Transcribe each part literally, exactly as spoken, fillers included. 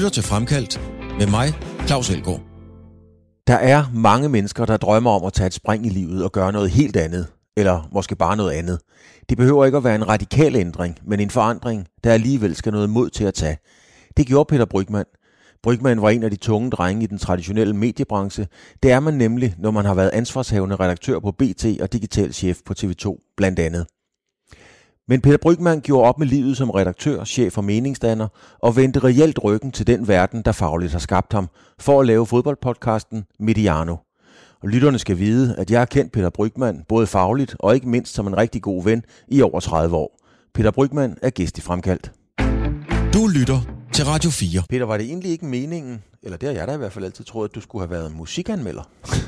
lytter til Fremkaldt med mig, Claus Elgaard. Der er mange mennesker, der drømmer om at tage et spring i livet og gøre noget helt andet, eller måske bare noget andet. Det behøver ikke at være en radikal ændring, men en forandring, der alligevel skal noget mod til at tage. Det gjorde Peter Brygmann. Brygmann var en af de tunge drenge i den traditionelle mediebranche. Det er man nemlig, når man har været ansvarshavende redaktør på B T og digital chef på T V to, blandt andet. Men Peter Brygmann gjorde op med livet som redaktør, chef og meningsdanner, og vendte reelt ryggen til den verden, der fagligt har skabt ham, for at lave fodboldpodcasten Mediano. Og lytterne skal vide, at jeg har kendt Peter Brygmann både fagligt og ikke mindst som en rigtig god ven i over tredive år. Peter Brygmann er gæst i Fremkaldt. Du lytter til Radio fire. Peter, var det egentlig ikke meningen, eller det har jeg da i hvert fald altid troet, at du skulle have været musikanmelder?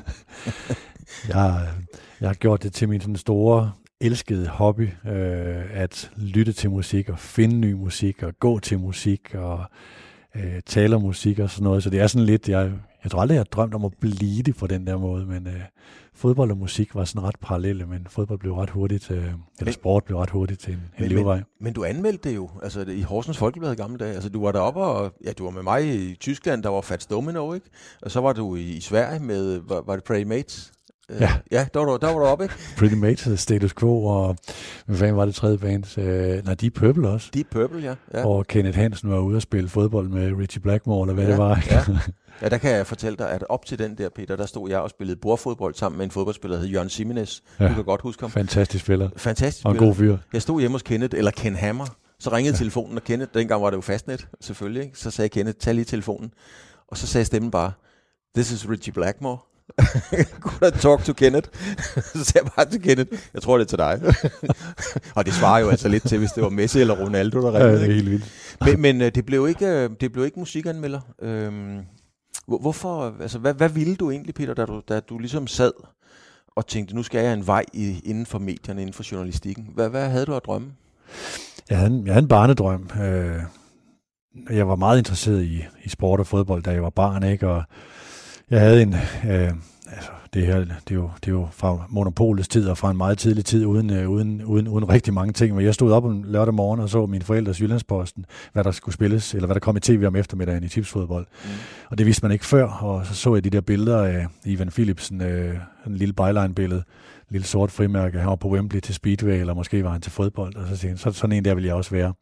jeg, jeg har gjort det til min sådan store elskede hobby, øh, at lytte til musik og finde ny musik og gå til musik og øh, tale om musik og sådan noget. Så det er sådan lidt, jeg, jeg tror aldrig, jeg har drømt om at blive det på den der måde, men øh, fodbold og musik var sådan ret parallelle, men fodbold blev ret hurtigt, øh, eller men, sport blev ret hurtigt til en, en men, levevej. Men, men du anmeldte det jo, altså i Horsens Folkeblad i gamle dage. Altså du var deroppe, og ja, du var med mig i Tyskland, der var Fats Domino, ikke? Og så var du i, i Sverige med, var, var det Pretty Mates? Ja, ja der, var du, der var du oppe, ikke? Pretty Mates, Status Quo, og hvad fanden var det tredje band? Øh, nej, Deep Purple også. Deep Purple, ja. ja. Og Kenneth Hansen var ude at spille fodbold med Richie Blackmore, eller hvad ja, det var. Ja. ja, der kan jeg fortælle dig, at op til den der, Peter, der stod jeg og spillede bordfodbold sammen med en fodboldspiller, der hed Jørgen Simenes. Ja. Du kan godt huske ham. Fantastisk spiller. Fantastisk og en spiller. god fyr. Jeg stod hjemme hos Kenneth, eller Ken Hammer. Så ringede ja. telefonen, og Kenneth, dengang var det jo fastnet, selvfølgelig, ikke? Så sagde Kenneth, tag lige telefonen. Og så sagde stemmen bare, this is Richie Blackmore. Could I talk to Kenneth? Så sagde jeg bare til Kenneth, jeg tror det er til dig. Og det svarer jo altså lidt til, hvis det var Messi eller Ronaldo, der ringede. Ja, det er helt vildt. Men, men det blev ikke, det blev ikke musikanmelder. Øhm, hvorfor, altså hvad, hvad ville du egentlig, Peter, da du, da du ligesom sad og tænkte, nu skal jeg en vej i, inden for medierne, inden for journalistikken. Hvad, hvad havde du at drømme? Jeg havde en, jeg havde en barnedrøm. Øh, jeg var meget interesseret i, i sport og fodbold, da jeg var barn, ikke? Og jeg havde en, øh, altså det her, det er, jo, det er jo fra monopolets tid og fra en meget tidlig tid uden, øh, uden, uden, uden rigtig mange ting. Men jeg stod op en lørdag morgen og så mine forældres Jyllandsposten, hvad der skulle spilles, eller hvad der kom i tv om eftermiddagen i tipsfodbold. Mm. Og det vidste man ikke før, og så så jeg de der billeder af Ivan Philipsen, øh, en lille byline-billede, en lille sort frimærke, han var på Wembley til Speedway, eller måske var han til fodbold, og så tænkte jeg, så, sådan en der vil jeg også være.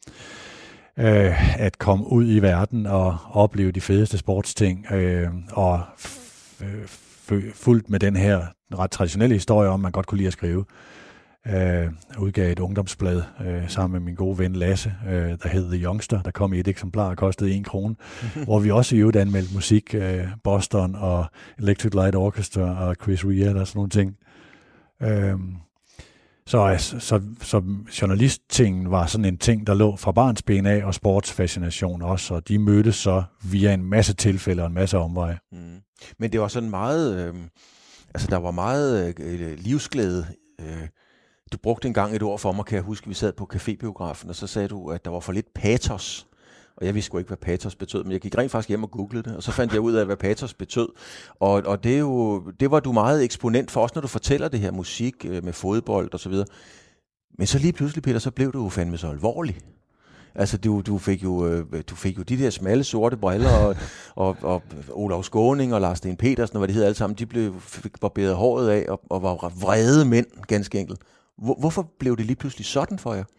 Øh, at komme ud i verden og opleve de fedeste sportsting, øh, og f- f- fuldt med den her ret traditionelle historie om, man godt kunne lide at skrive. Øh, udgav et ungdomsblad øh, sammen med min gode ven Lasse, øh, der hed The Youngster, der kom i et eksemplar og kostede en krone, hvor vi også i øvrigt anmeldte musik, øh, Boston og Electric Light Orchestra og Chris Rea og sådan nogle ting. Øh, Så, altså, så, så journalisttingen var sådan en ting, der lå fra barnsben af, og sportsfascination også, og de mødtes så via en masse tilfælde og en masse omveje. Mm. Men det var sådan meget, øh, altså der var meget øh, livsglæde. Øh, du brugte engang et ord for mig, kan jeg huske, vi sad på cafébiografen, og så sagde du, at der var for lidt patos. Og jeg vidste sgu ikke, hvad patos betød, men jeg gik rent faktisk hjem og googlede det, og så fandt jeg ud af, hvad patos betød. Og, og det, er jo, det var du meget eksponent for, også når du fortæller det her musik øh, med fodbold og så videre. Men så lige pludselig, Peter, så blev du jo fandme så alvorlig. Altså, du, du, fik jo, øh, du fik jo de der smalle sorte briller, og, og, og Olav Skåning og Lars Sten Petersen, og hvad det hedder alle sammen, de blev barberet håret af, og, og var vrede mænd, ganske enkelt. Hvor, hvorfor blev det lige pludselig sådan for jer?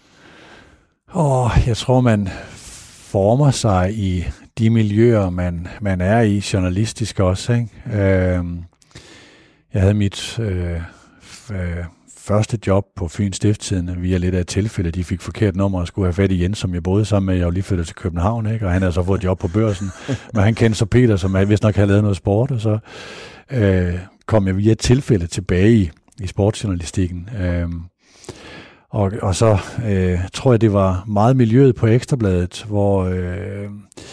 Åh, oh, jeg tror, man former sig i de miljøer, man, man er i, journalistisk også, ikke? Øh, jeg havde mit øh, øh, første job på Fyns Stiftstidende via lidt af et tilfælde. De fik forkert nummer og skulle have fat i Jens, som jeg boede sammen med. Jeg var lige flyttet til København, ikke? Og han havde så fået job på Børsen. Men han kendte så Peter, som jeg vist nok havde lavet noget sport, og så øh, kom jeg via et tilfælde tilbage i, i sportsjournalistikken. Øh, Og, og så øh, tror jeg, det var meget miljøet på Ekstrabladet, hvor øh,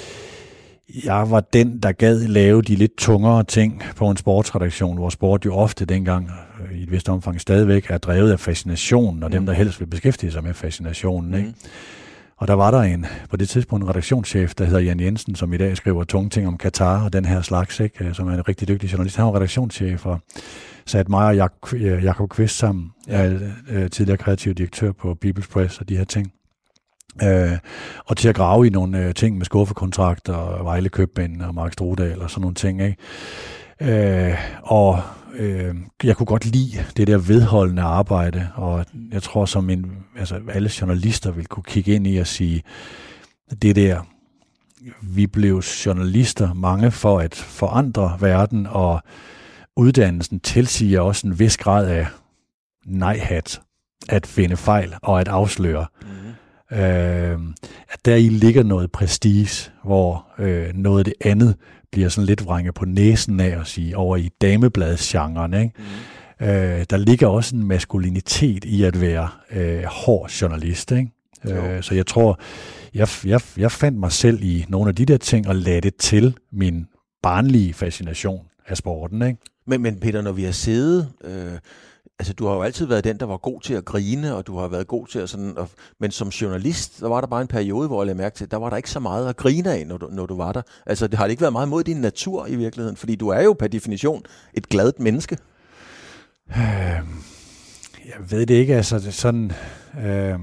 jeg var den, der gad lave de lidt tungere ting på en sportsredaktion, hvor sport jo ofte dengang, øh, i et vist omfang stadigvæk, er drevet af fascinationen, og mm. dem, der helst vil beskæftige sig med fascinationen. Ikke? Mm. Og der var der en, på det tidspunkt en redaktionschef, der hedder Jan Jensen, som i dag skriver tunge ting om Katar og den her slags, ikke? Som er en rigtig dygtig journalist. Han var redaktionschef og satte mig og Jak- Jakob Kvist sammen, ja. Jeg er tidligere kreativ direktør på People's Press og de her ting. Øh, og til at grave i nogle øh, ting med skuffekontrakter og Vejle Købmænd og Mark Strudal og sådan nogle ting, ikke? Øh, og øh, jeg kunne godt lide det der vedholdende arbejde, og jeg tror, som en, altså, alle journalister vil kunne kigge ind i og sige, det der, vi blev journalister, mange for at forandre verden, og uddannelsen tilsiger også en vis grad af nej-hat, at finde fejl og at afsløre. Mm. Øh, at der i ligger noget prestige, hvor øh, noget af det andet bliver sådan lidt vrænget på næsen af at sige, over i damebladsgenren, ikke? Mm. Øh, der ligger også en maskulinitet i at være øh, hård journalist, ikke? Øh, så jeg tror, jeg, jeg, jeg fandt mig selv i nogle af de der ting og lagde det til min barnlige fascination af sporten, ikke? Men, men Peter, når vi har siddet, øh, altså du har jo altid været den, der var god til at grine, og du har været god til at sådan, og, men som journalist, der var der bare en periode, hvor jeg lagde mærke til, der var der ikke så meget at grine af, når du, når du var der. Altså det har det ikke været meget mod din natur i virkeligheden, fordi du er jo per definition et gladt menneske. Øh, jeg ved det ikke, altså det er sådan... Øh,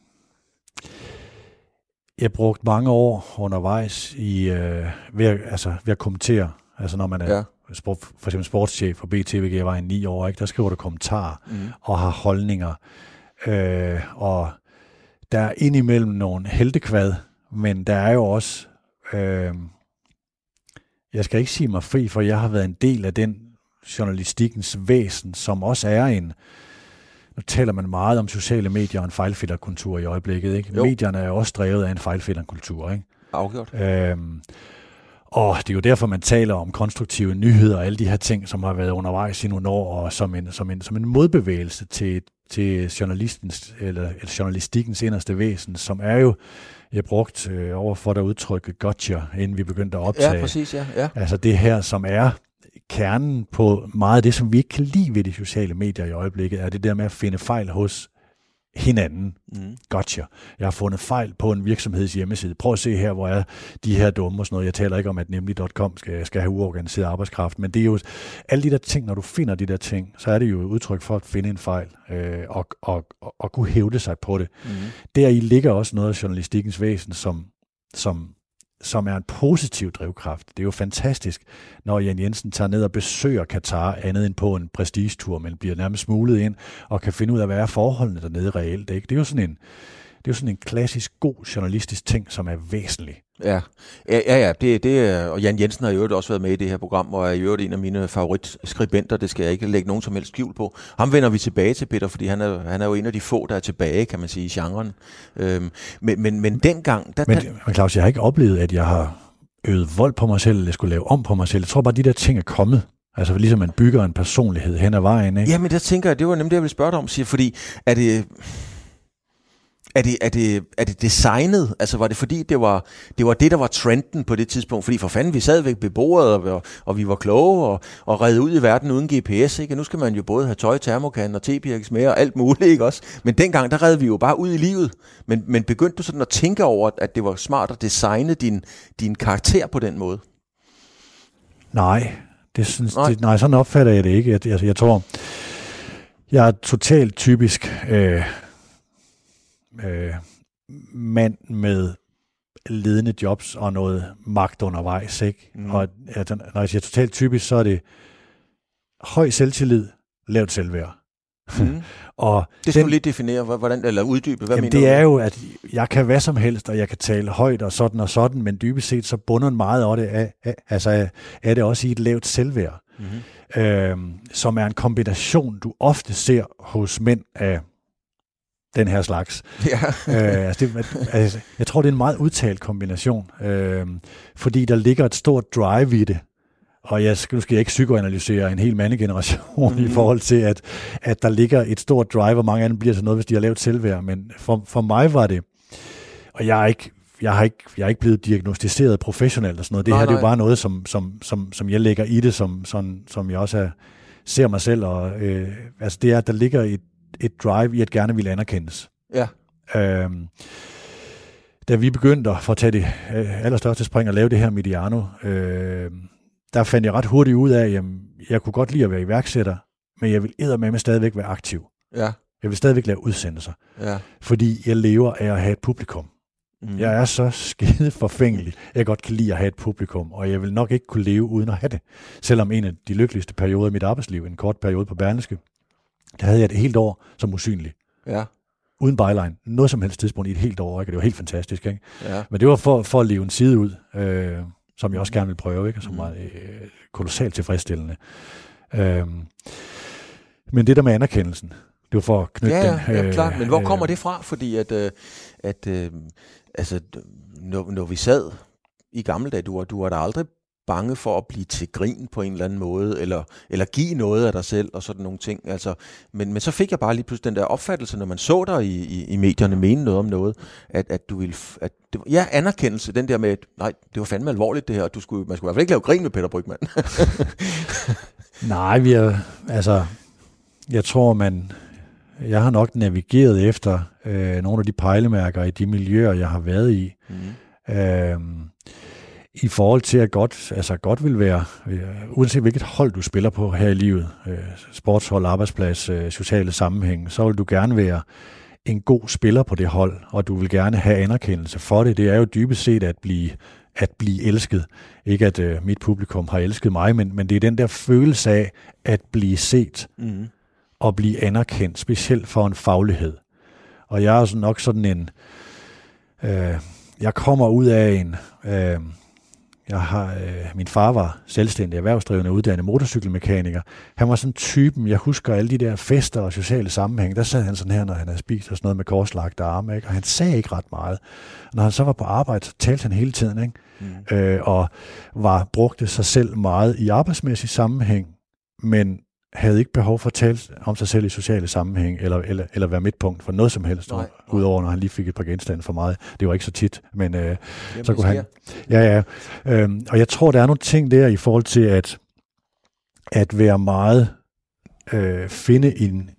jeg brugte mange år undervejs i, øh, ved, at, altså, ved at kommentere, altså når man er... Ja. Sport, for eksempel sportschef for B T V G, jeg var i ni år, ikke? Der skriver du kommentarer mm. og har holdninger. Øh, og der er indimellem nogle heltekvad, men der er jo også, øh, jeg skal ikke sige mig fri, for jeg har været en del af den journalistikkens væsen, som også er en, nu taler man meget om sociale medier og en fejlfilterkultur i øjeblikket, ikke? Jo. Medierne er også drevet af en fejlfilterkultur, ikke? Afgjort. Øh, Og det er jo derfor, man taler om konstruktive nyheder og alle de her ting, som har været undervejs i nogle år, og som en, som en, som en modbevægelse til, til journalistens, eller, eller journalistikkens inderste væsen, som er jo, jeg brugt øh, over for at udtrykke gotcha, inden vi begyndte at optage. Ja, præcis, ja. ja. Altså det her, som er kernen på meget af det, som vi ikke kan lide ved de sociale medier i øjeblikket, er det der med at finde fejl hos hinanden. Mm. Gotcha. Jeg har fundet fejl på en virksomheds hjemmeside. Prøv at se her, hvor er de her dumme og sådan noget. Jeg taler ikke om, at nemlig punktum com skal, skal have uorganiseret arbejdskraft, men det er jo alle de der ting, når du finder de der ting, så er det jo et udtryk for at finde en fejl øh, og, og, og, og kunne hævde sig på det. Mm. Deri ligger også noget af journalistikkens væsen, som, som, som er en positiv drivkraft. Det er jo fantastisk, når Jan Jensen tager ned og besøger Katar, andet end på en prestigetur, men bliver nærmest smuglet ind og kan finde ud af, hvad er forholdene dernede reelt. Ikke? Det er jo sådan en, det er jo sådan en klassisk god journalistisk ting, som er væsentlig. Ja, ja, ja det, det, og Jan Jensen har jo også været med i det her program, og er jo en af mine favoritskribenter, det skal jeg ikke lægge nogen som helst skjul på. Ham vender vi tilbage til, Peter, fordi han er, han er jo en af de få, der er tilbage, kan man sige, i genren. Øhm, men, men, men dengang... Der, men, der... men Claus, jeg har ikke oplevet, at jeg har øvet vold på mig selv, eller skulle lave om på mig selv. Jeg tror bare, at de der ting er kommet. Altså ligesom man bygger en personlighed hen ad vejen, ikke? Ja, men der tænker jeg, det var nemlig det, jeg ville spørge dig om, siger, fordi er det... Er det, er, det, er det designet? Altså var det fordi, det var, det var det, der var trenden på det tidspunkt? Fordi for fanden, vi sad væk ved bordet, og, og vi var kloge, og, og redde ud i verden uden G P S, ikke? Og nu skal man jo både have tøj, termokan og tepirks med, og alt muligt, ikke også? Men dengang, der redde vi jo bare ud i livet. Men, men begyndte du sådan at tænke over, at det var smart at designe din, din karakter på den måde? Nej, det synes, nej. Det, nej, sådan opfatter jeg det ikke. Jeg, jeg, jeg tror, jeg er totalt typisk... Øh, Øh, mand med ledende jobs og noget magt undervejs, ikke? Mm. Og altså, når jeg siger totalt typisk, så er det høj selvtillid, lavt selvværd. Mm. og det skal den, du lige definere, hvordan, eller uddybe, hvad jamen mener det du? er jo, at jeg kan hvad som helst, og jeg kan tale højt og sådan og sådan, men dybest set så bunder meget af det, af, af, altså er det også i et lavt selvværd, mm. øh, som er en kombination, du ofte ser hos mænd af den her slags. Ja. øh, altså det, altså, jeg tror, det er en meget udtalt kombination, øh, fordi der ligger et stort drive i det, og jeg skal, nu skal jeg ikke psykoanalysere en hel mandegeneration mm. i forhold til, at, at der ligger et stort drive, og mange af dem bliver til noget, hvis de har lavet selvværd, men for, for mig var det, og jeg er ikke, jeg har ikke, jeg er ikke blevet diagnostiseret professionelt og sådan noget, det nej, her nej. Det er jo bare noget, som, som, som, som jeg lægger i det, som, som, som jeg også er, ser mig selv, og øh, altså det er, at der ligger et et drive i at gerne ville anerkendes. Ja. Øhm, da vi begyndte for at tage det øh, allerstørste spring og lave det her Mediano, øh, der fandt jeg ret hurtigt ud af, at jamen, jeg kunne godt lide at være iværksætter, men jeg vil eddermame stadigvæk være aktiv. Ja. Jeg vil stadigvæk lave udsendelser. Ja. Fordi jeg lever af at have et publikum. Mm. Jeg er så skide forfængelig. Jeg godt kan lide at have et publikum, og jeg vil nok ikke kunne leve uden at have det. Selvom en af de lykkeligste perioder i mit arbejdsliv, en kort periode på Berlingske, der havde jeg et helt år som usynlig. Ja. Uden byline. Noget som helst tidspunkt i et helt år, ikke? Det var helt fantastisk, ikke? Ja. Men det var for, for at leve en side ud, øh, som jeg også gerne vil prøve, ikke? Og som var øh, kolossalt tilfredsstillende. Øh, men det der med anerkendelsen, det var for at knytte ja, den. Ja, øh, klart. Men hvor kommer det fra? Fordi at, øh, at øh, altså, når, når vi sad i gamle dage, du var, du var der aldrig bange for at blive til grin på en eller anden måde, eller, eller give noget af dig selv, og sådan nogle ting. Altså, men, men så fik jeg bare lige pludselig den der opfattelse, når man så dig i, i, i medierne mene noget om noget, at, at du ville... At det, ja, anerkendelse, den der med, at nej, det var fandme alvorligt det her, og du skulle, man skulle i hvert fald ikke lave grin med Peter Brygmann. Nej, vi er... Altså, jeg tror, man... Jeg har nok navigeret efter øh, nogle af de pejlemærker i de miljøer, jeg har været i. Mm. Øh, I forhold til at godt, altså godt vil være, øh, uanset hvilket hold du spiller på her i livet, øh, sportshold, arbejdsplads, øh, sociale sammenhæng, så vil du gerne være en god spiller på det hold, og du vil gerne have anerkendelse for det. Det er jo dybest set at blive, at blive elsket. Ikke at øh, mit publikum har elsket mig, men, men det er den der følelse af at blive set mm. og blive anerkendt, specielt for en faglighed. Og jeg er jo nok sådan en, øh, jeg kommer ud af en... Øh, Jeg har, øh, min far var selvstændig erhvervsdrivende, uddannet motorcykelmekaniker. Han var sådan typen, jeg husker alle de der fester og sociale sammenhæng, der sad han sådan her, når han havde spist og sådan noget med korslagte arme, ikke? Og han sagde ikke ret meget. Når han så var på arbejde, så talte han hele tiden, ikke? Mm. Øh, og var, brugte sig selv meget i arbejdsmæssig sammenhæng, men havde ikke behov for at tale om sig selv i sociale sammenhæng, eller, eller, eller være midtpunkt for noget som helst, nej, nej. Udover når han lige fik et par genstande for meget. Det var ikke så tit, men øh, Jamen, så kunne han... Ja, ja. Øhm, og jeg tror, der er nogle ting der i forhold til at, at være meget... Øh, finde en,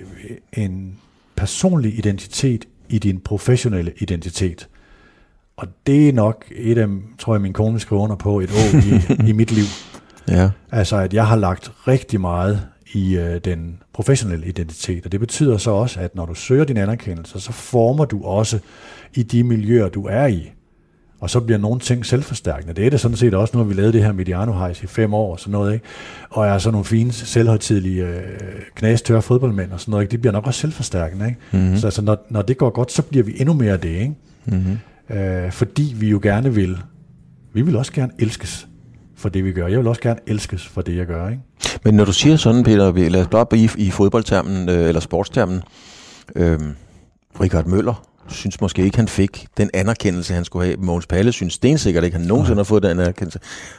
en personlig identitet i din professionelle identitet. Og det er nok et af, tror jeg, min kone skriver under på, et år i, i mit liv. Ja. Altså, at jeg har lagt rigtig meget i øh, den professionelle identitet, og det betyder så også, at når du søger din anerkendelse, så former du også i de miljøer, du er i. Og så bliver nogle ting selvforstærkende. Det er det sådan set også, nu har vi lavet det her Mediano-hejs i fem år og sådan noget, ikke? Og jeg er sådan nogle fine, selvhøjtidelige, øh, knastørre fodboldmænd og sådan noget, ikke? Det bliver nok også selvforstærkende, ikke? Mm-hmm. Så altså, når, når det går godt, så bliver vi endnu mere det, ikke? Mm-hmm. Øh, fordi vi jo gerne vil, vi vil også gerne elskes for det, vi gør. Jeg vil også gerne elskes for det, jeg gør, ikke? Men når du siger sådan, Peter, lad os bare i, i fodboldtermen, øh, eller sportstermen, øh, Richard Møller synes måske ikke, han fik den anerkendelse, han skulle have. Mogens Palle synes stensikkert ikke, han nogensinde har fået den anerkendelse.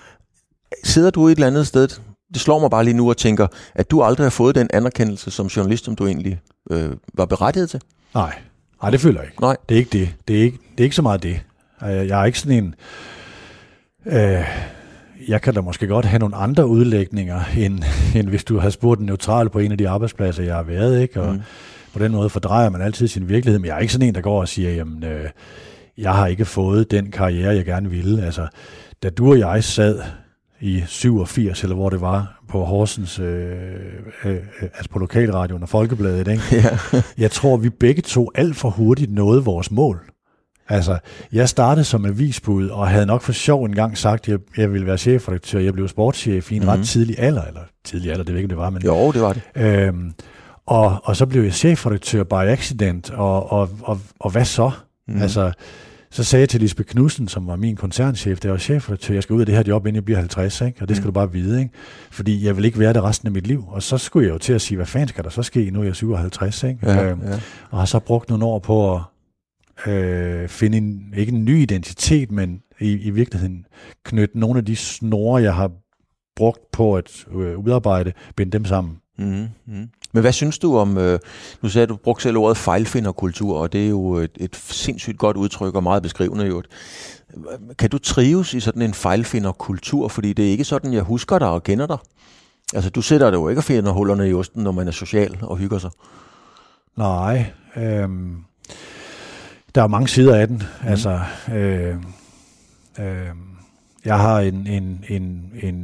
Sidder du et eller andet sted, det slår mig bare lige nu og tænker, at du aldrig har fået den anerkendelse som journalist, som du egentlig øh, var berettiget til? Nej, nej, det føler jeg ikke. Nej. Det er ikke det. Det er ikke, det er ikke så meget det. Jeg er ikke sådan en... Øh, Jeg kan da måske godt have nogle andre udlægninger, end, end hvis du har spurgt en neutral på en af de arbejdspladser, jeg har været, ikke? Og mm. på den måde fordrejer man altid sin virkelighed, men jeg er ikke sådan en, der går og siger, jamen, øh, jeg har ikke fået den karriere, jeg gerne ville. Altså, da du og jeg sad i syvogfirs, eller hvor det var, på Horsens, øh, øh, altså på lokalradioen og Folkebladet, ikke? Ja. Jeg tror, vi begge to alt for hurtigt nåede vores mål. Altså, jeg startede som avisbud, og havde nok for sjov engang sagt, at jeg, jeg ville være chefredaktør. Jeg blev sportschef i en mm-hmm. ret tidlig alder, eller tidlig alder, det ved ikke, det var. Men, jo, det var det. Øhm, og, og så blev jeg chefredaktør by accident, og, og, og, og hvad så? Mm-hmm. Altså, så sagde jeg til Lisbeth Knudsen, som var min koncernchef, der var chefredaktør, jeg skal ud af det her job, inden jeg bliver halvtreds, ikke? Og det skal mm. du bare vide, ikke? Fordi jeg vil ikke være der resten af mit liv. Og så skulle jeg jo til at sige, hvad fanden skal der så ske? Nu er jeg syvoghalvtreds, ikke? Ja, øhm, ja. Og har så brugt nogle år på at Øh, finde en, ikke en ny identitet, men i, i virkeligheden knytte nogle af de snore, jeg har brugt på at øh, udarbejde, binde dem sammen. Mm-hmm. Men hvad synes du om, øh, nu sagde du, du brugte selv ordet fejlfinderkultur, og det er jo et, et sindssygt godt udtryk, og meget beskrivende jo. Kan du trives i sådan en fejlfinderkultur, fordi det er ikke sådan, jeg husker dig og kender dig? Altså, du sætter det jo ikke og finder hullerne i osten, når man er social og hygger sig. Nej, øhm der er mange sider af den. Mm. Altså, øh, øh, jeg har en, en, en, en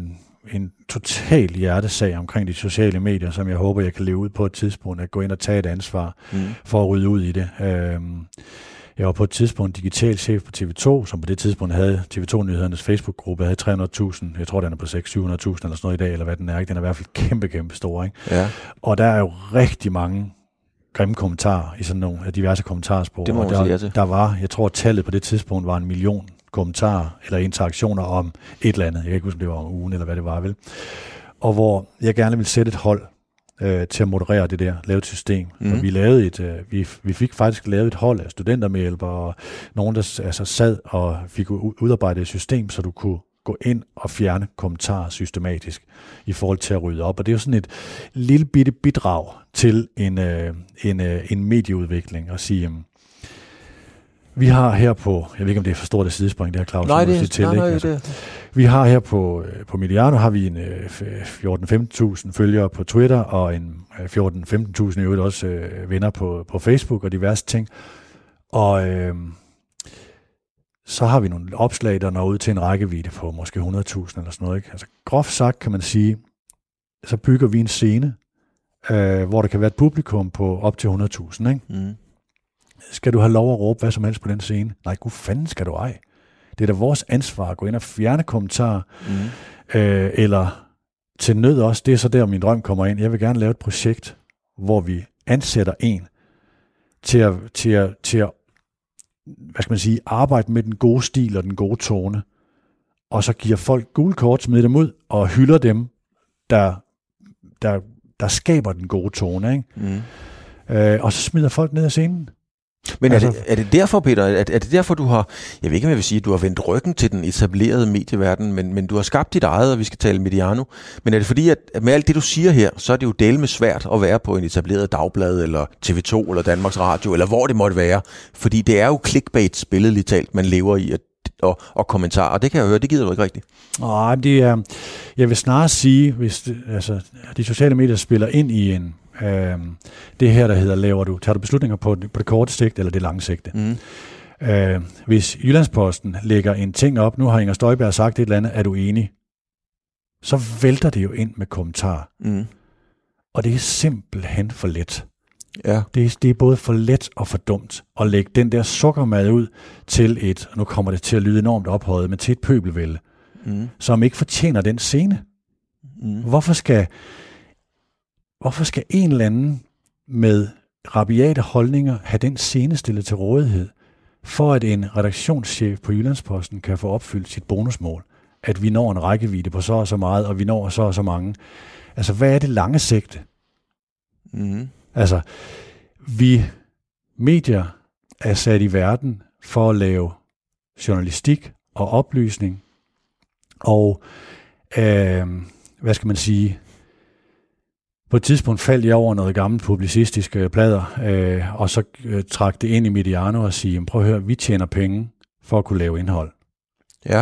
en total hjertesag omkring de sociale medier, som jeg håber, jeg kan leve ud på et tidspunkt, at gå ind og tage et ansvar mm. for at rydde ud i det. Øhm, jeg var på et tidspunkt digital chef på T V to, som på det tidspunkt havde T V to-nyhedernes Facebook-gruppe, havde tre hundrede tusind, jeg tror, den er på seks hundrede til syv hundrede tusind eller sådan noget i dag, eller hvad den er, ikke? Den er i hvert fald kæmpe, kæmpe stor, ikke? Ja. Og der er jo rigtig mange grimme kommentarer i sådan nogle af diverse kommentarspor. Det må og der, der, der var, jeg tror, tallet på det tidspunkt var en million kommentarer eller interaktioner om et eller andet. Jeg kan ikke huske, om det var om ugen eller hvad det var, vel? Og hvor jeg gerne vil sætte et hold øh, til at moderere det der, lave et system. Mm. Og vi lavede et, øh, vi, vi fik faktisk lavet et hold af studentermedhjælpere og nogen, der altså sad og fik udarbejdet et system, så du kunne gå ind og fjerne kommentarer systematisk i forhold til at rydde op. Og det er jo sådan et lille bitte bidrag til en, øh, en, øh, en medieudvikling at sige, øh, vi har her på, jeg ved ikke om det er for stort et sidespring, det her Claus. Nej, det er til, nej, nej, altså, det. Vi har her på, på Mediano, har vi en øh, fjorten til femten tusind følgere på Twitter, og en øh, fjorten til femten tusind i øvrigt også øh, venner på, på Facebook og diverse ting. Og øh, så har vi nogle opslag, der når ud til en rækkevidde på måske hundrede tusind eller sådan noget. Ikke? Altså groft sagt kan man sige, så bygger vi en scene, øh, hvor der kan være et publikum på op til hundrede tusind. Ikke? Mm. Skal du have lov at råbe hvad som helst på den scene? Nej, gud fanden skal du ej. Det er da vores ansvar at gå ind og fjerne kommentarer, mm. øh, eller til nød også, det er så der, min drøm kommer ind. Jeg vil gerne lave et projekt, hvor vi ansætter en til at, til at, til at hvad skal man sige, arbejde med den gode stil og den gode tone, og så giver folk gule kort, smider dem ud, og hylder dem, der, der, der skaber den gode tone. Ikke? Mm. Øh, og så smider folk ned af scenen. Men altså, er, det, er det derfor, Peter, er, er det derfor, du har, jeg ved ikke, om jeg vil sige, at du har vendt ryggen til den etablerede medieverden, men, men du har skabt dit eget, og vi skal tale Mediano. Men er det fordi, at med alt det, du siger her, så er det jo dele med svært at være på en etableret dagblad, eller T V to, eller Danmarks Radio, eller hvor det måtte være? Fordi det er jo clickbait, billedligt talt, man lever i, at, og, og kommentarer, og det kan jeg høre, det gider du ikke rigtigt. Nej, det er, jeg vil snarere sige, hvis det, altså, de sociale medier spiller ind i en Uh, det her, der hedder, laver du, tager du beslutninger på, på det korte sigt eller det lange sigte. Mm. Uh, hvis Jyllandsposten lægger en ting op, nu har Inger Støjberg sagt et eller andet, er du enig? Så vælter det jo ind med kommentarer. Mm. Og det er simpelthen for let. Ja. Det, er, det er både for let og for dumt at lægge den der sukkermad ud til et, nu kommer det til at lyde enormt ophøjet, men til et pøbelvælde, mm. som ikke fortjener den scene. Mm. Hvorfor skal Hvorfor skal en eller anden med rabiate holdninger have den scene stillet til rådighed, for at en redaktionschef på Jyllandsposten kan få opfyldt sit bonusmål? At vi når en rækkevidde på så og så meget, og vi når så og så mange. Altså, hvad er det lange sigte? Mm. Altså, vi medier er sat i verden for at lave journalistik og oplysning, og øh, hvad skal man sige... På et tidspunkt faldt jeg over noget gammelt publicistisk øh, plader, øh, og så øh, trak det ind i Mediano og sige, prøv at høre, vi tjener penge for at kunne lave indhold. Ja.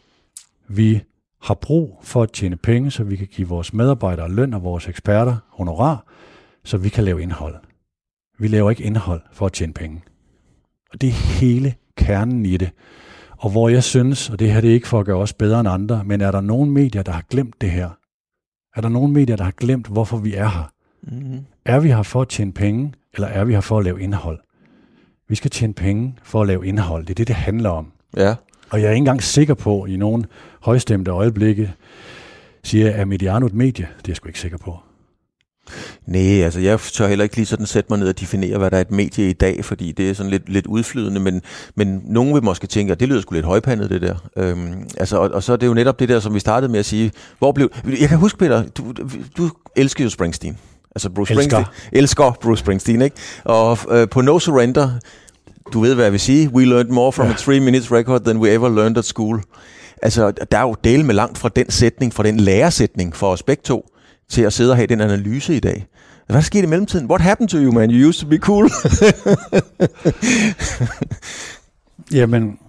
Vi har brug for at tjene penge, så vi kan give vores medarbejdere løn og vores eksperter honorar, så vi kan lave indhold. Vi laver ikke indhold for at tjene penge. Og det er hele kernen i det. Og hvor jeg synes, og det her det er ikke for at gøre os bedre end andre, men er der nogen medier, der har glemt det her? Er der nogen medier, der har glemt, hvorfor vi er her? Mm-hmm. Er vi her for at tjene penge, eller er vi her for at lave indhold? Vi skal tjene penge for at lave indhold. Det er det, det handler om. Ja. Og jeg er ikke engang sikker på, i nogle højstemte øjeblikke, siger jeg, er Mediano et medie? Det er jeg sgu ikke sikker på. Nej, altså jeg tør heller ikke lige sådan sætte mig ned og definere, hvad der er et medie i dag, fordi det er sådan lidt, lidt udflydende, men, men nogen vil måske tænke, at det lyder sgu lidt højpandet, det der. Øhm, altså, og, og så er det jo netop det der, som vi startede med at sige, hvor blev... Jeg kan huske, Peter, du, du elsker jo Springsteen. Altså Bruce elsker. Springsteen. Elsker Bruce Springsteen, ikke? Og øh, på No Surrender, du ved, hvad jeg vil sige, we learned more from ja. a three minutes record than we ever learned at school. Altså, der er jo del med langt fra den sætning, fra den læresætning for os begge to, til at sidde og have den analyse i dag. Hvad skete i mellemtiden? What happened to you, man? You used to be cool. Jamen,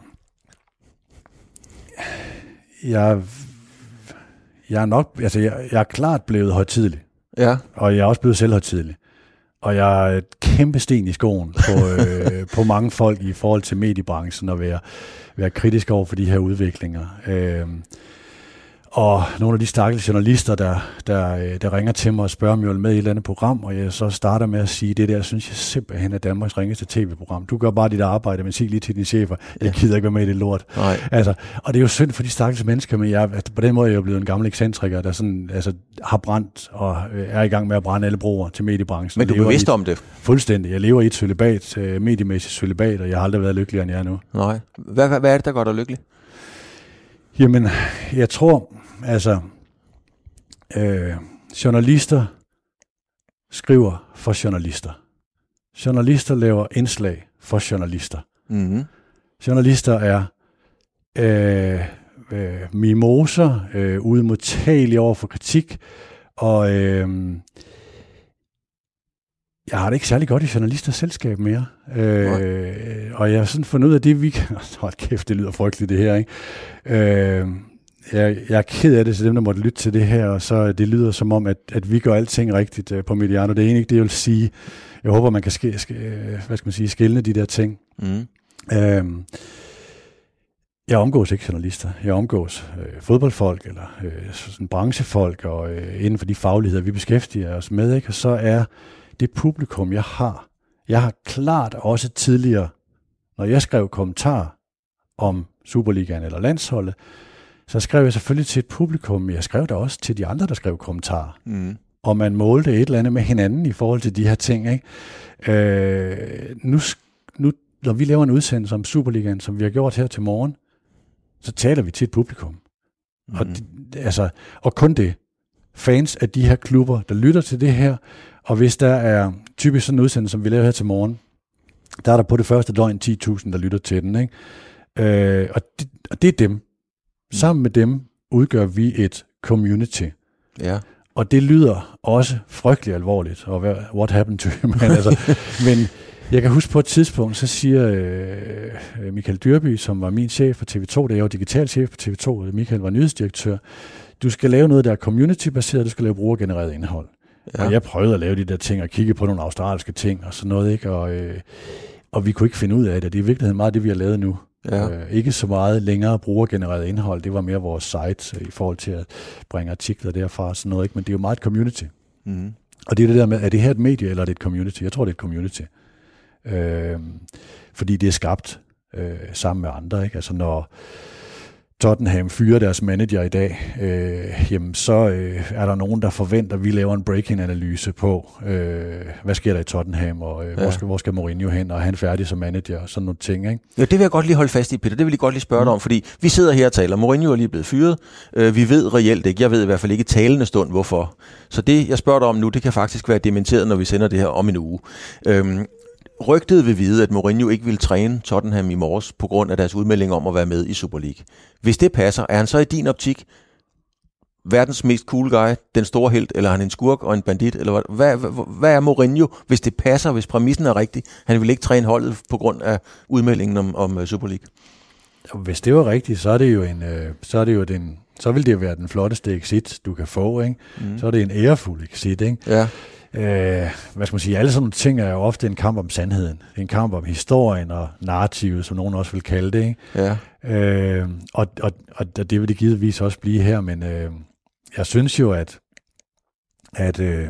jeg, jeg er nok, altså jeg, jeg er klart blevet højtidelig. Ja. Og jeg er også blevet selvhøjtidelig. Og jeg er et kæmpe sten i skoen på, øh, på mange folk i forhold til mediebranchen og være, være kritisk over for de her udviklinger. Øh, Og nogle af de stakkels journalister, der, der, der ringer til mig og spørger, om jeg vil med i et eller andet program, og jeg så starter med at sige, det der synes jeg simpelthen er Danmarks ringeste tv-program. Du gør bare dit arbejde, men sig lige til dine chefer, jeg gider ikke være med i det lort. Altså, og det er jo synd for de stakkels mennesker, men jeg, altså, på den måde er jeg jo blevet en gammel ekscentriker, der sådan, altså, har brændt og er i gang med at brænde alle broer til mediebranchen. Men du er bevidst om det? Fuldstændig. Jeg lever i et cølibat, mediemæssigt cølibat, og jeg har aldrig været lykkeligere, end jeg er nu. Nej. Hvad, hvad er det, der gør dig lykkelig? Jamen, jeg tror, altså, øh, journalister skriver for journalister. Journalister laver indslag for journalister. Mm-hmm. Journalister er øh, øh, mimoser, øh, udmodtagelige over for kritik, og øh, jeg har det ikke særlig godt i journalisters selskab mere. Øh, og jeg har sådan fundet ud af det, vi kan... Hold kæft, det lyder frygteligt det her, ikke? Øh, jeg, jeg er ked af det til dem, der måtte lytte til det her, og så det lyder som om, at, at vi gør alting rigtigt uh, på Mediano. Det er egentlig ikke det, jeg vil sige. Jeg håber, man kan ske, ske, hvad skal man sige, skille de der ting. Mm. Øh, jeg omgås ikke journalister. Jeg omgås øh, fodboldfolk, eller øh, sådan branchefolk, og øh, inden for de fagligheder, vi beskæftiger os med, ikke? Og så er det publikum, jeg har. Jeg har klart også tidligere, når jeg skrev kommentarer om Superligaen eller landsholdet, så skrev jeg selvfølgelig til et publikum, men jeg skrev da også til de andre, der skrev kommentarer. Mm. Og man målte et eller andet med hinanden i forhold til de her ting. Ikke? Øh, nu, nu, når vi laver en udsendelse om Superligaen, som vi har gjort her til morgen, så taler vi til et publikum. Mm. Og, altså, og kun det. Fans af de her klubber, der lytter til det her, og hvis der er typisk sådan en udsendelse, som vi laver her til morgen, der er der på det første døgn ti tusind, der lytter til den. Ikke? Øh, og, det, og det er dem. Sammen med dem udgør vi et community. Ja. Og det lyder også frygtelig alvorligt. Og what happened to him? altså, men jeg kan huske på et tidspunkt, så siger øh, Michael Dyrby, som var min chef på T V to, da jeg var digital chef på T V to, og Michael var nyhedsdirektør, du skal lave noget, der er community-baseret, du skal lave brugergenereret indhold. Ja. Og jeg prøvede at lave de der ting, og kigge på nogle australske ting, og sådan noget, ikke? Og, øh, og vi kunne ikke finde ud af det. Det er i virkeligheden meget det, vi har lavet nu. Ja. Øh, ikke så meget længere brugergenereret indhold, det var mere vores site øh, i forhold til at bringe artikler derfra og sådan noget, ikke? Men det er jo meget et community. Mm. Og det er det der med, er det her et medie, eller er det et community? Jeg tror, det er et community. Øh, fordi det er skabt øh, sammen med andre, ikke? Altså når Tottenham fyrer deres manager i dag, øh, jamen så øh, er der nogen, der forventer, at vi laver en breaking-analyse på, øh, hvad sker der i Tottenham, og øh, ja. hvor, skal, hvor skal Mourinho hen, og er han færdig som manager, og sådan nogle ting. Ikke? Ja, det vil jeg godt lige holde fast i, Peter. Det vil jeg godt lige spørge dig om, fordi vi sidder her og taler. Mourinho er lige blevet fyret. Øh, vi ved reelt ikke, jeg ved i hvert fald ikke talende stund, hvorfor. Så det, jeg spørger dig om nu, det kan faktisk være dementeret, når vi sender det her om en uge. Øhm, Rygtet vil vide, at Mourinho ikke vil træne Tottenham i morges på grund af deres udmelding om at være med i Super League. Hvis det passer, er han så i din optik verdens mest cool guy, den store helt, eller er han en skurk og en bandit? Eller hvad, hvad, hvad, hvad er Mourinho, hvis det passer, hvis præmissen er rigtig? Han vil ikke træne holdet på grund af udmeldingen om, om Super League. Hvis det var rigtigt, så er det jo en, øh, så er det jo den, så vil det være den flotteste exit, du kan få, ikke? Mm. Så er det en ærefuld exit, ikke? Ja. Øh, hvad skal man sige, alle sådan nogle ting er jo ofte en kamp om sandheden. Det er en kamp om historien og narrativet, som nogen også vil kalde det, ikke? Ja. Øh, og, og, og det vil det givetvis også blive her, men øh, jeg synes jo, at at, øh,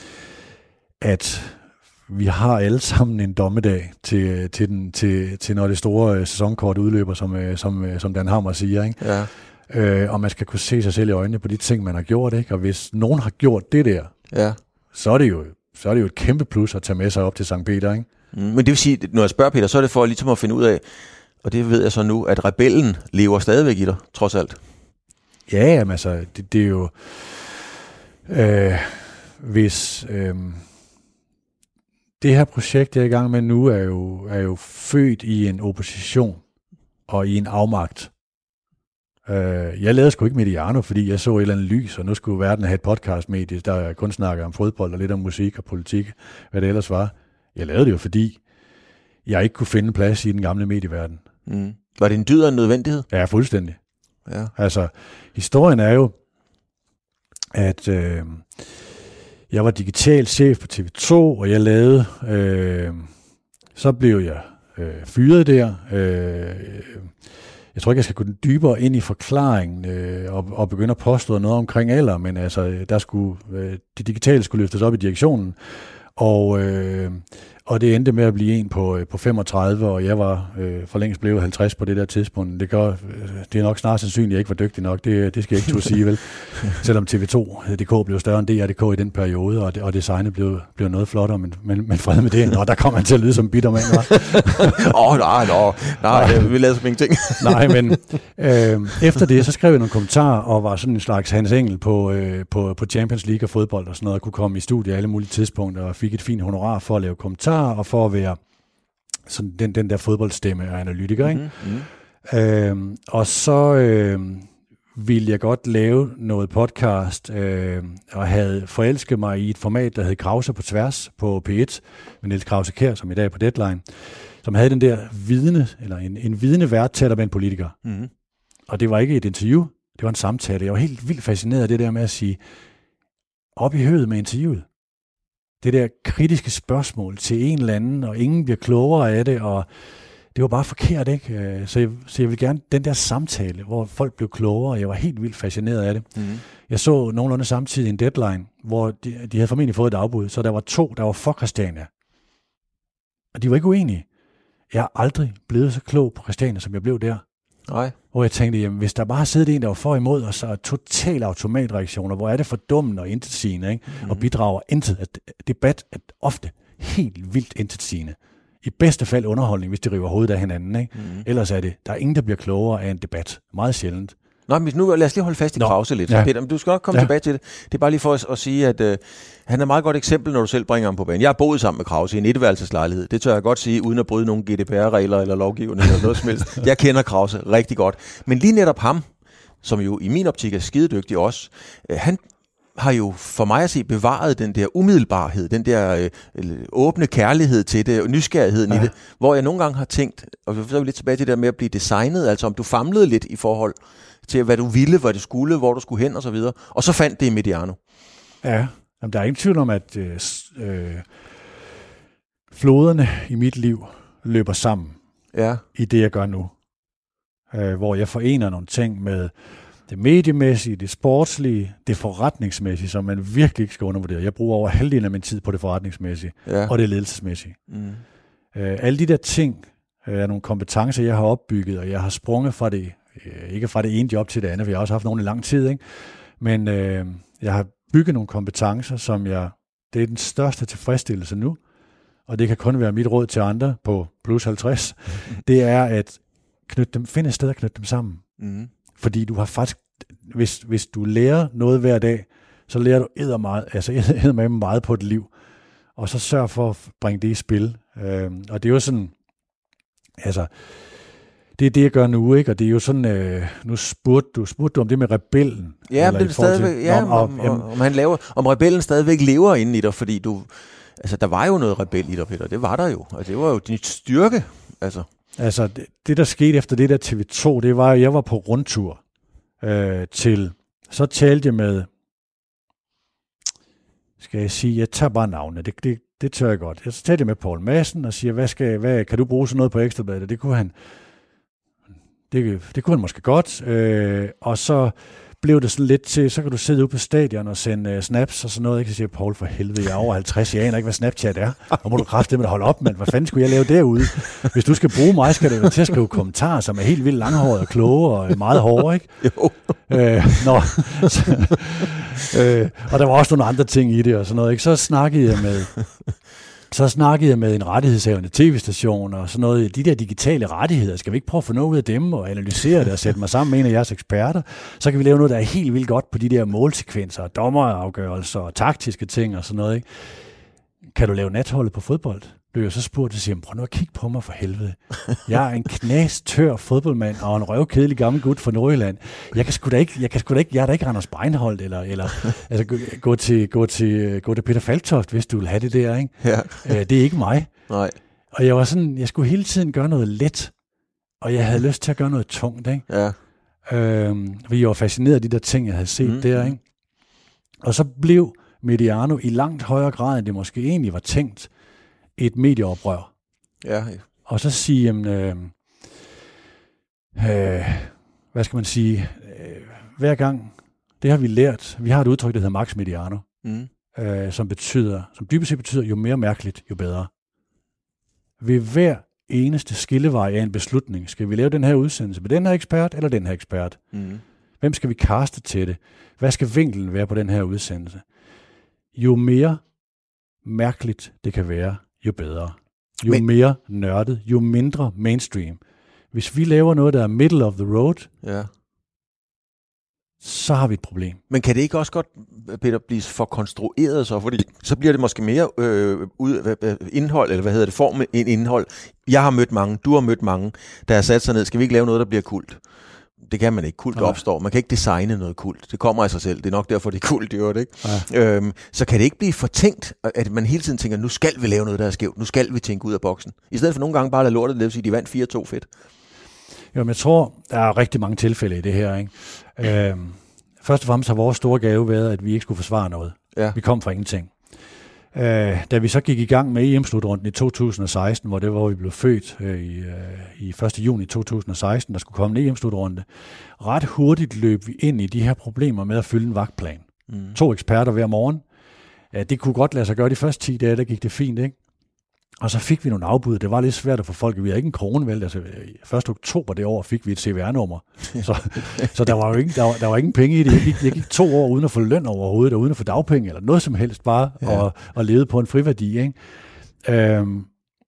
at vi har alle sammen en dommedag til, til, den, til, til når det store sæsonkort udløber, som, som, som Dan Hammer siger, ikke? Ja. Øh, og man skal kunne se sig selv i øjnene på de ting, man har gjort, ikke? Og hvis nogen har gjort det der, ja. så, er det jo, så er det jo et kæmpe plus at tage med sig op til Sankt Peter, ikke? Mm, men det vil sige, når jeg spørger Peter, så er det for ligesom at finde ud af, og det ved jeg så nu, at rebellen lever stadigvæk i dig, trods alt. Ja, jamen altså, det, det er jo... Øh, hvis... Øh, det her projekt, jeg er i gang med nu, er jo, er jo født i en opposition og i en afmagt. Uh, jeg lavede sgu ikke Mediano, fordi jeg så et eller andet lys, og nu skulle verden have et podcastmedie, der kun snakker om fodbold og lidt om musik og politik, hvad det ellers var. Jeg lavede det jo, fordi jeg ikke kunne finde plads i den gamle medieverden. Mm. Var det en dyd og en nødvendighed? Ja, fuldstændig. Ja. Altså, historien er jo, at øh, jeg var digital chef på T V to, og jeg lavede, øh, så blev jeg øh, fyret der. Øh, jeg tror ikke, jeg skal gå dybere ind i forklaringen øh, og, og begynde at påstå noget omkring alder, men altså, der skulle, øh, det digitale skulle løftes op i direktionen, og, øh, og det endte med at blive en på, på femogtredive, og jeg var øh, for længst blevet halvtreds på det der tidspunkt. Det, gør, øh, det er nok snart sandsynligt, at jeg ikke var dygtig nok. Det, det skal jeg ikke turde sige, vel? Selvom T V to punktum d k blev større end D R punktum d k i den periode, og, det, og designet blev, blev noget flottere, men, men, men fred med det. Nå, der kom han til at lyde som bitter mand, hva'? Åh, oh, nej, nej, nej, vi lavede som ingenting. Nej, men øh, efter det, så skrev jeg nogle kommentarer, og var sådan en slags Hans Engel på, øh, på, på Champions League og fodbold og sådan noget, og kunne komme i studiet alle mulige tidspunkter, og fik et fint honorar for at lave kommentarer, og for at være sådan den, den der fodboldstemme og analytiker, ikke? Mm-hmm. Øh, og så øh, ville jeg godt lave noget podcast, øh, og havde forelsket mig i et format, der hed Krause på tværs på P et, med Niels Krause Kjær, som i dag er på Deadline, som havde den der vidne, eller en, en vidne vært tættere med en politiker. Mm-hmm. Og det var ikke et interview, det var en samtale. Jeg var helt vildt fascineret af det der med at sige, op i høvet med interviewet. Det der kritiske spørgsmål til en eller anden, og ingen bliver klogere af det, og det var bare forkert, ikke? Så jeg, så jeg vil gerne, den der samtale, hvor folk blev klogere, og jeg var helt vildt fascineret af det. Mm-hmm. Jeg så nogenlunde samtidig en Deadline, hvor de, de havde formentlig fået et afbud, så der var to, der var for Christiania. Og de var ikke uenige. Jeg har aldrig blevet så klog på Christiania, som jeg blev der. Nej. Hvor jeg tænkte, jamen, hvis der bare sidder en, der var for imod, og så er total automatreaktioner, hvor er det fordummende og intetsigende, ikke? Mm-hmm. Og bidrager intet. At debat er ofte helt vildt intetsigende. I bedste fald underholdning, hvis de river hovedet af hinanden, ikke? Mm-hmm. Ellers er det, der er ingen, der bliver klogere af en debat. Meget sjældent. Nå, men nu lad os lige holde fast i Krause lidt, ja. Peter. Men du skal nok komme ja. tilbage til det. Det er bare lige for at, at sige, at øh, han er et meget godt eksempel, når du selv bringer ham på banen. Jeg har boet sammen med Krause i en etværelseslejlighed. Det tør jeg godt sige, uden at bryde nogle G D P R-regler eller lovgivning eller noget som helst. Jeg kender Krause rigtig godt. Men lige netop ham, som jo i min optik er skidedygtig også, øh, han har jo for mig at se bevaret den der umiddelbarhed, den der øh, åbne kærlighed til det, og nysgerrigheden ja. i det, hvor jeg nogle gange har tænkt, og så er vi lidt tilbage til det der med at blive designet, altså om du famlede lidt i forhold til hvad du ville, hvad du skulle, hvor du skulle hen og så videre, og så fandt det i Mediano. Ja, jamen, der er ingen tvivl om, at øh, øh, floderne i mit liv løber sammen ja. i det, jeg gør nu. Øh, hvor jeg forener nogle ting med det mediemæssige, det sportslige, det forretningsmæssige, som man virkelig ikke skal undervurdere. Jeg bruger over halvdelen af min tid på det forretningsmæssige, ja. og det ledelsesmæssige. Mm. Øh, alle de der ting øh, er nogle kompetencer, jeg har opbygget, og jeg har sprunget fra det, øh, ikke fra det ene job til det andet, for jeg har også haft nogle i lang tid, ikke? Men øh, jeg har bygget nogle kompetencer, som jeg, det er den største tilfredsstillelse nu, og det kan kun være mit råd til andre på plus halvtreds, det er at knytte dem, finde et sted at knytte dem sammen. Mm. Fordi du har faktisk, hvis, hvis du lærer noget hver dag, så lærer du æder meget, altså æder med meget på et liv, og så sørg for at bringe det i spil. Øhm, og det er jo sådan, altså, det er det, jeg gør nu, ikke? Og det er jo sådan, øh, nu spurgte du, spurgte du om det med rebellen. Ja, det er stadigvæk, ja, om, om, om, om, han laver, om rebellen stadigvæk lever inde i dig, fordi du, altså der var jo noget rebel i dig, Peter, det var der jo, og det var jo din styrke, altså. Altså, det, det der skete efter det der T V to, det var, at jeg var på rundtur øh, til, så talte jeg med, skal jeg sige, jeg tager bare navnet, det, det, det tør jeg godt. Jeg så talte jeg med Poul Madsen og siger, hvad skal, hvad, kan du bruge sådan noget på Ekstrabladet? Det kunne han, det, det kunne han måske godt, øh, og så blev det sådan lidt til, så kan du sidde ude på stadion og sende uh, snaps og sådan noget. Ikke? Så siger Poul, for helvede, jeg er over halvtreds, jeg aner ikke, hvad Snapchat er. Og må du kraftedeme holde op, mand. Hvad fanden skulle jeg lave derude? Hvis du skal bruge mig, skal det jo til at skrive kommentarer, som er helt vildt langhårede og kloge og meget hårde, ikke? Jo. Øh, nå. Så, øh, og der var også nogle andre ting i det og sådan noget, ikke? Så snakkede jeg med... Så snakkede jeg med en rettighedshavende tv-station og sådan noget. De der digitale rettigheder, skal vi ikke prøve at få noget ud af dem og analysere det og sætte mig sammen med en af jeres eksperter? Så kan vi lave noget, der er helt vildt godt på de der målsekvenser, dommerafgørelser og taktiske ting og sådan noget. Ikke? Kan du lave natholdet på fodbold? Blev jeg så spurgt og siger, prøv nu at kigge på mig for helvede. Jeg er en knastør fodboldmand og en røvkedelig gammel gut fra Nordjylland. Jeg kan sgu da ikke, jeg kan sgu da ikke, jeg er da ikke Randers Breinholt eller eller altså gå, gå til gå til gå til Peter Falktoft, hvis du vil have det der, ikke? Ja. Øh, det er ikke mig. Nej. Og jeg var sådan, jeg skulle hele tiden gøre noget let, og jeg havde lyst til at gøre noget tungt, ikke? Ja. Øhm, fordi jeg var fascineret af de der ting, jeg havde set mm. der, ikke? Og så blev Mediano i langt højere grad, end det måske egentlig var tænkt, et medieoprør. Ja. Og så sige, jamen, øh, øh, hvad skal man sige, øh, hver gang, det har vi lært, vi har et udtryk, der hedder max mediano, mm. øh, som betyder, som dybest set betyder, jo mere mærkeligt, jo bedre. Ved hver eneste skillevej af en beslutning, skal vi lave den her udsendelse med den her ekspert, eller den her ekspert? Mm. Hvem skal vi kaste til det? Hvad skal vinklen være på den her udsendelse? Jo mere mærkeligt det kan være, jo bedre. Jo Men... mere nørdet, jo mindre mainstream. Hvis vi laver noget, der er middle of the road, ja. så har vi et problem. Men kan det ikke også godt, Peter, blive for konstrueret så? Fordi så bliver det måske mere øh, ud, øh, indhold, eller hvad hedder det, form end indhold. Jeg har mødt mange, du har mødt mange, der har sat sig ned. Skal vi ikke lave noget, der bliver kult? Det kan man ikke. Kult opstår. Man kan ikke designe noget kult. Det kommer af sig selv. Det er nok derfor, det er kult, det ikke? Ja. Øhm, så kan det ikke blive fortænkt, at man hele tiden tænker, nu skal vi lave noget, der er skævt. Nu skal vi tænke ud af boksen. I stedet for nogle gange bare at lade lortet leve, sige, de vandt fire to fedt. Jo, men jeg tror, der er rigtig mange tilfælde i det her. Ikke? Øhm, først og fremmest har vores store gave været, at vi ikke skulle forsvare noget. Ja. Vi kom fra ingenting. Øh, da vi så gik i gang med E M-slutrunden i to tusind og seksten, hvor det var, hvor vi blev født øh, i, øh, i første juni to tusind og seksten, der skulle komme en E M-slutrunde, ret hurtigt løb vi ind i de her problemer med at fylde en vagtplan. Mm. To eksperter hver morgen. Ja, det kunne godt lade sig gøre de første ti dage, der gik det fint, ikke? Og så fik vi nogle afbud. Det var lidt svært at få folk. Vi havde ikke en krone, vel? Altså, første oktober det år fik vi et C V R-nummer. Så, så der var jo ingen, der var, der var ingen penge i det. Jeg gik, jeg gik to år uden at få løn overhovedet, og uden at få dagpenge, eller noget som helst, bare ja. og, og leve på en friværdi. Ikke? Øhm,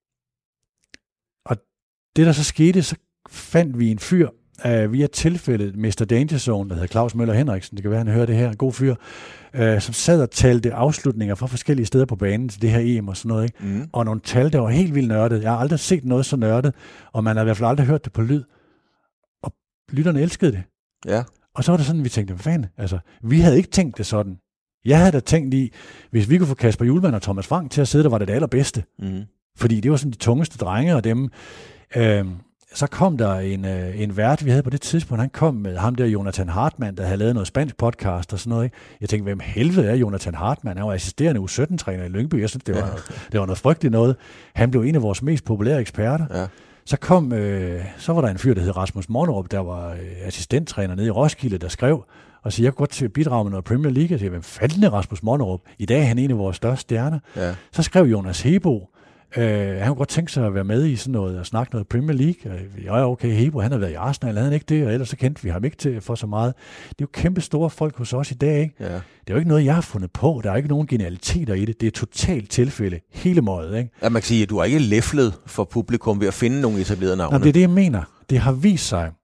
og det, der så skete, så fandt vi en fyr, uh, via tilfældet mister Danger Zone, der hedder Claus Møller Henriksen, det kan være, han hører det her, en god fyr, uh, som sad og talte afslutninger fra forskellige steder på banen til det her E M og sådan noget, ikke? Mm. Og nogle tal, der var helt vildt nørdet. Jeg har aldrig set noget så nørdet, og man har i hvert fald aldrig hørt det på lyd. Og lytterne elskede det. Ja. Og så var det sådan, vi tænkte, hvad fanden? Altså, vi havde ikke tænkt det sådan. Jeg havde da tænkt i, hvis vi kunne få Kasper Hjulmand og Thomas Frank til at sidde, der var det det allerbedste. Mm. Fordi det var sådan de tungeste drenge, og dem... Øh, så kom der en, øh, en vært, vi havde på det tidspunkt, han kom med ham der, Jonathan Hartmann, der havde lavet noget spansk podcast og sådan noget. Ikke? Jeg tænkte, hvem helvede er Jonathan Hartmann? Han var assisterende U sytten-træner i Lyngby. Jeg synes, det var, ja. det var noget frygteligt noget. Han blev en af vores mest populære eksperter. Ja. Så kom, øh, så var der en fyr, der hed Rasmus Monnerup, der var øh, assistenttræner nede i Roskilde, der skrev, og så jeg kunne godt til at bidrage med noget Premier League. Jeg sagde, hvem fanden er Rasmus Monnerup? I dag er han en af vores største stjerner. Ja. Så skrev Jonas Hebo, Uh, han kunne godt tænke sig at være med i sådan noget og snakke noget Premier League. Uh, ja, okay, Hebo, han har været i Arsenal, havde han ikke det, og ellers så kendte vi ham ikke til for så meget. Det er jo kæmpe store folk hos os i dag, ikke? Ja. Det er jo ikke noget, jeg har fundet på. Der er ikke nogen genialiteter i det. Det er totalt tilfælde hele måden, ikke? Ja, man kan sige, at du har ikke læflet for publikum ved at finde nogle etablerede navne. Nå, det er det, jeg mener. Det har vist sig.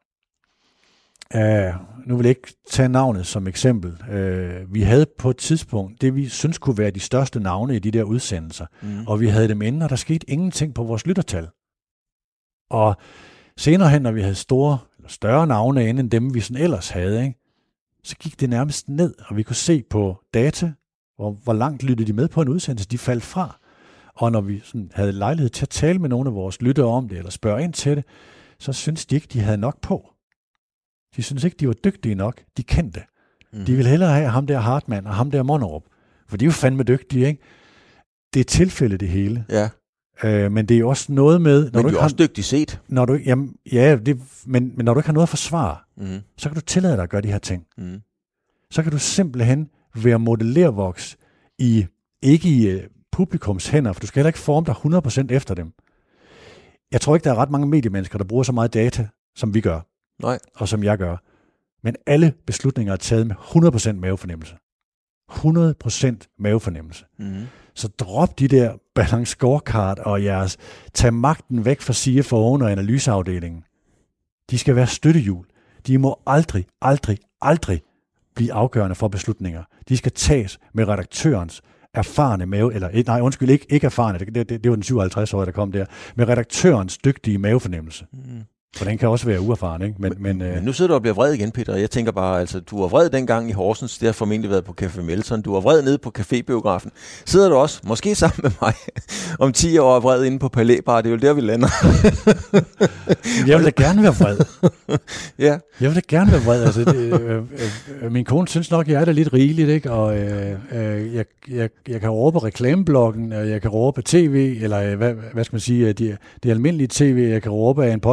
Uh, nu vil jeg ikke tage navnet som eksempel. Uh, vi havde på et tidspunkt det, vi synes kunne være de største navne i de der udsendelser, mm. og vi havde dem inde, og der skete ingenting på vores lyttertal. Og senere hen, når vi havde store eller større navne inde end dem, vi sådan ellers havde, ikke, så gik det nærmest ned, og vi kunne se på data, hvor, hvor langt lyttede de med på en udsendelse, de faldt fra. Og når vi sådan havde lejlighed til at tale med nogle af vores lyttere om det, eller spørge ind til det, så synes de ikke, de havde nok på. De synes ikke, de var dygtige nok. De kendte. Mm. De ville hellere have ham der Hartmann og ham der Monnerup. For de er jo fandme dygtige, ikke? Det er tilfælde det hele. Ja. Øh, men det er jo også noget med... Når men du er ikke også har, dygtigt set. Når du, jamen, ja, det, men, men når du ikke har noget at forsvare, mm. så kan du tillade dig at gøre de her ting. Mm. Så kan du simpelthen være modellervoks i, ikke i uh, publikums hænder, for du skal heller ikke forme dig hundrede procent efter dem. Jeg tror ikke, der er ret mange mediemennesker, der bruger så meget data, som vi gør. Nej. Og som jeg gør. Men alle beslutninger er taget med hundrede procent mavefornemmelse. hundrede procent mavefornemmelse. Mm. Så drop de der balance scorecard og jeres, tag magten væk fra C F O'en og analyseafdelingen. De skal være støttehjul. De må aldrig, aldrig, aldrig blive afgørende for beslutninger. De skal tages med redaktørens erfarne mave, eller nej, undskyld, ikke, ikke erfarne, det, det, det var den syvoghalvtreds-årige, der kom der, med redaktørens dygtige mavefornemmelse. Mm. For den kan også være uerfaren, ikke? Men, men, men, men nu sidder du og bliver vred igen, Peter. Jeg tænker bare, altså, du var vred dengang i Horsens. Det har formentlig været på Café Melton. Du var vred nede på Cafébiografen. Sidder du også, måske sammen med mig, om ti år vred inde på Palæ Bar. Det er jo der, vi lander. Jeg vil da gerne være vred. Ja. Jeg vil da gerne være vred. Altså, det, øh, øh, min kone synes nok, jeg er da lidt rigeligt, ikke? Og øh, øh, jeg, jeg, jeg kan råbe reklameblokken, og jeg kan råbe tv, eller hvad, hvad skal man sige, det, det almindelige tv, jeg kan råbe af en podcast, jeg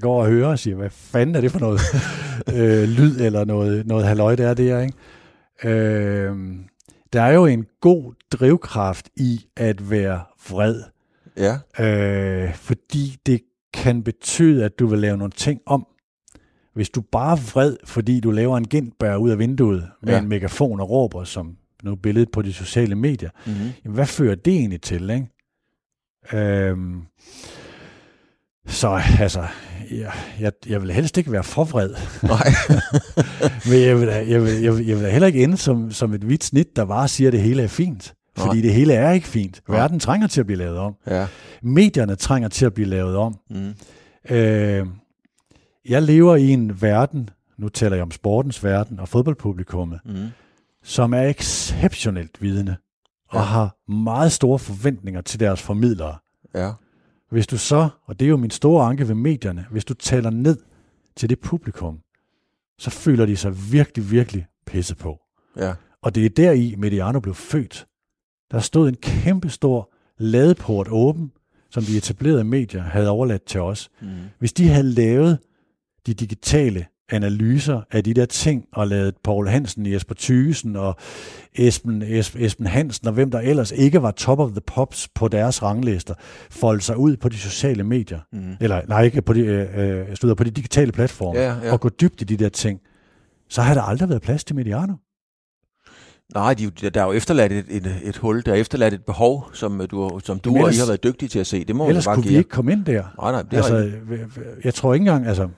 går og hører og siger, hvad fanden er det for noget øh, lyd eller noget, noget halløj, det er der, ikke? Øh, der er jo en god drivkraft i at være vred. Ja. Øh, fordi det kan betyde, at du vil lave nogle ting om. Hvis du bare er vred, fordi du laver en gintbær ud af vinduet med ja. en megafon og råber, som nu billedet på de sociale medier, mm-hmm. jamen, hvad fører det egentlig til, ikke? Øhm, så altså, jeg, jeg, jeg vil helst ikke være for vred. Nej. Men jeg vil, jeg, vil, jeg, vil, jeg vil heller ikke ende som, som et hvidt snit, der bare siger, at det hele er fint. Fordi Nej. det hele er ikke fint. Verden trænger til at blive lavet om. Ja. Medierne trænger til at blive lavet om. Mm. Øh, jeg lever i en verden, nu taler jeg om sportens verden og fodboldpublikummet, mm. som er exceptionelt vidende og ja. har meget store forventninger til deres formidlere. Ja. Hvis du så, og det er jo min store anke ved medierne, hvis du taler ned til det publikum, så føler de sig virkelig, virkelig pisse på. Ja. Og det er deri, Mediano blev født. Der stod en kæmpestor ladeport åben, som de etablerede medier havde overladt til os. Mm. Hvis de havde lavet de digitale analyser af de der ting, og lavet Poul Hansen, Jesper Thygesen og Esben, Esben Hansen, og hvem der ellers ikke var top of the pops på deres ranglister, folde sig ud på de sociale medier, mm. eller nej, ikke på de, øh, øh, på de digitale platforme, ja, ja. og gå dybt i de der ting, så har der aldrig været plads til Mediano. Nej, de, der er jo efterladt et, et, et hul, der er efterladt et behov, som du, som du ellers, og I har været dygtige til at se. Det må ellers bare kunne give. Vi ikke komme ind der. Nej, nej, det altså, er jeg tror ikke engang, altså,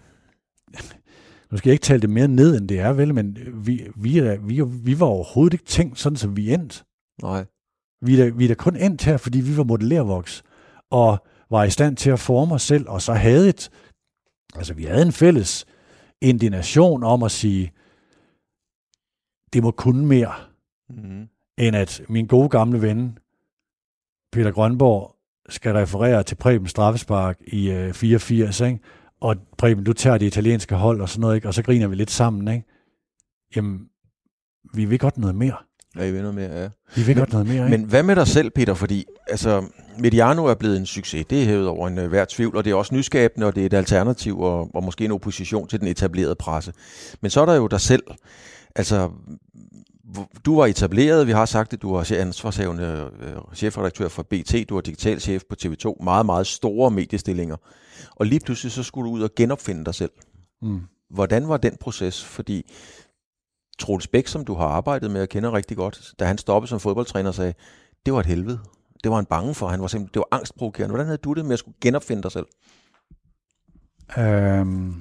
nu skal jeg ikke tale det mere ned, end det er, vel, men vi, vi, er, vi, vi var overhovedet ikke tænkt sådan, som vi endte. Nej. Vi er, vi er da kun endt her, fordi vi var modellervoks, og var i stand til at forme os selv, og så havde et, altså vi havde en fælles indignation om at sige, det må kunne mere, mm. end at min gode gamle ven, Peter Grønborg, skal referere til Preben straffespark i øh, fireogfirs, ikke? Og Preben, du tager det italienske hold og sådan noget, ikke? Og så griner vi lidt sammen, ikke? Jamen, vi vil godt noget mere. Ja, vi vil noget mere, ja. Vi vil men, godt noget mere, ikke? Men hvad med dig selv, Peter? Fordi altså, Mediano er blevet en succes. Det er hævet over en uh, hver tvivl, og det er også nyskabende, og det er et alternativ, og, og måske en opposition til den etablerede presse. Men så er der jo dig selv. Altså, du var etableret, vi har sagt det, du var ansvarshavende uh, chefredaktør for B T, du var digitalchef på T V to, meget, meget store mediestillinger. Og lige pludselig så skulle du ud og genopfinde dig selv. Mm. Hvordan var den proces? Fordi Troels Bæk, som du har arbejdet med og kender rigtig godt, da han stoppede som fodboldtræner, sagde, det var et helvede. Det var han bange for. Han var simpelthen, det var angstprovokerende. Hvordan havde du det med at skulle genopfinde dig selv? Øhm,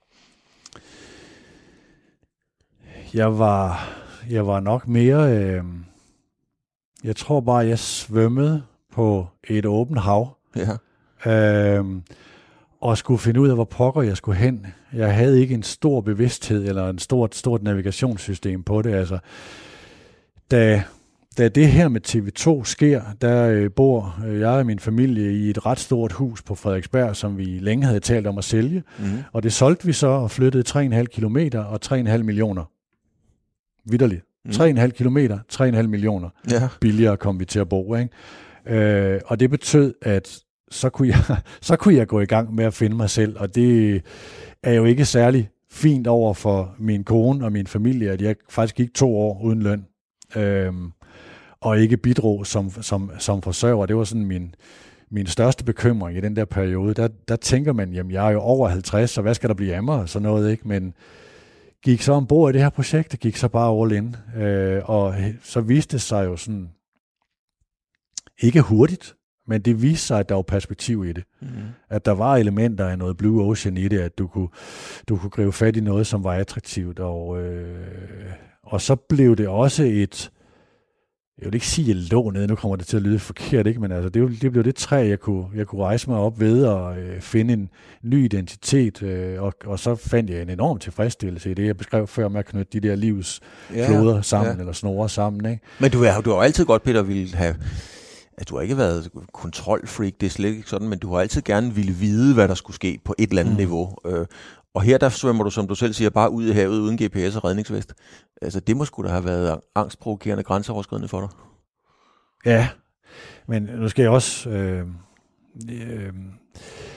jeg var, jeg var nok mere, øh, jeg tror bare, jeg svømmede på et åbent hav. Ja. Øhm, og skulle finde ud af, hvor pokker jeg skulle hen. Jeg havde ikke en stor bevidsthed eller en stort, stort navigationssystem på det. Altså, da, da det her med T V to sker, der øh, bor øh, jeg og min familie i et ret stort hus på Frederiksberg, som vi længe havde talt om at sælge. Mm-hmm. Og det solgte vi så og flyttede tre komma fem kilometer og tre komma fem millioner. Vitterligt. Mm. tre komma fem kilometer, tre komma fem millioner. Ja. Billigere kom vi til at bo, ikke? Øh, og det betød, at så kunne, jeg, så kunne jeg gå i gang med at finde mig selv, og det er jo ikke særlig fint over for min kone og min familie, at jeg faktisk gik to år uden løn, øhm, og ikke bidrog som, som, som forsørger. Det var sådan min, min største bekymring i den der periode. Der, der tænker man, jamen jeg er jo over halvtreds, så hvad skal der blive af mig, og sådan noget, ikke? Men gik så ombord i det her projekt, det gik så bare all in, øh, og så viste det sig jo sådan, ikke hurtigt, men det viste sig, at der var perspektiv i det. Mm-hmm. At der var elementer af noget Blue Ocean i det, at du kunne, du kunne gribe fat i noget, som var attraktivt. Og, øh, og så blev det også et, jeg vil ikke sige, at jeg lå nede, nu kommer det til at lyde forkert, ikke? Men altså, det, det blev det træ, jeg kunne, jeg kunne rejse mig op ved og øh, finde en ny identitet. Øh, og, og så fandt jeg en enorm tilfredsstillelse i det, jeg beskrev før med at knytte de der livsfloder ja, sammen, ja. eller snore sammen. Ikke? Men du har, du har altid godt, Peter, ville have... at du har ikke været kontrolfreak, det er slet ikke sådan, men du har altid gerne ville vide, hvad der skulle ske på et eller andet mm. niveau. Øh, og her der svømmer du, som du selv siger, bare ud i havet uden G P S og redningsvest. Altså det må sgu da have været angstprovokerende, grænseoverskridende for dig. Ja, men nu skal jeg også... Øh, øh,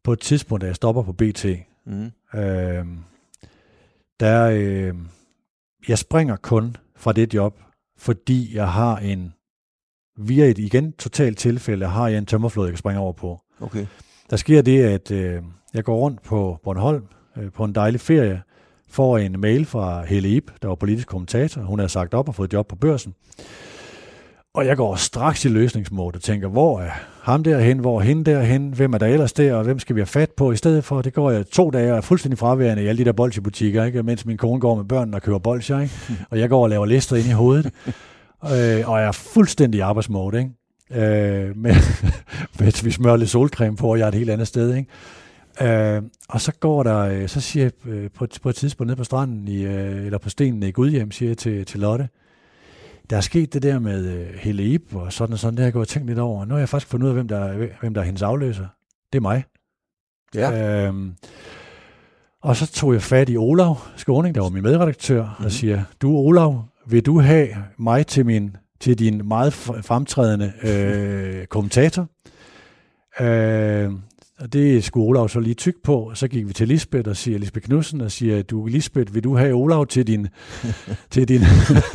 på et tidspunkt, da jeg stopper på B T, mm. øh, der øh, jeg springer kun fra det job, fordi jeg har en, via et igen totalt tilfælde, har jeg en tømmerflåde, jeg kan springe over på. Okay. Der sker det, at øh, jeg går rundt på Bornholm øh, på en dejlig ferie, får en mail fra Helle Ib, der var politisk kommentator. Hun havde sagt op og fået job på Børsen. Og jeg går straks i løsningsmål og tænker, hvor er ham derhen, hvor er hende derhen, hvem er der ellers der, og hvem skal vi have fat på? I stedet for, det går jeg to dage og er fuldstændig fraværende i alle de der bolsjebutikker, ikke? Mens min kone går med børnene og køber bolsjer, ikke? Og jeg går og laver lister ind i hovedet, øh, og jeg er fuldstændig i arbejdsmode, ikke? Øh, med, mens vi smører lidt solcreme på, og jeg er et helt andet sted, ikke? Øh, og så går der, så siger jeg øh, på, på et tidspunkt nede på stranden, i, øh, eller på stenen i Gudhjem, siger jeg til, til Lotte, der er sket det der med øh, Helle Ib, og sådan og sådan, det har jeg gået og tænkt lidt over. Nu har jeg faktisk fundet ud af, hvem der er, hvem der er hendes afløser. Det er mig. Ja. Øhm, og så tog jeg fat i Olav Skåning, der var min medredaktør, mm-hmm. og siger, du Olav, vil du have mig til, min, til din meget fremtrædende øh, kommentator? Øh, Og det skulle Olav så lige tyk på. Så gik vi til Lisbeth og siger, Lisbeth Knudsen, og siger, du Lisbeth, vil du have Olav til din, til din,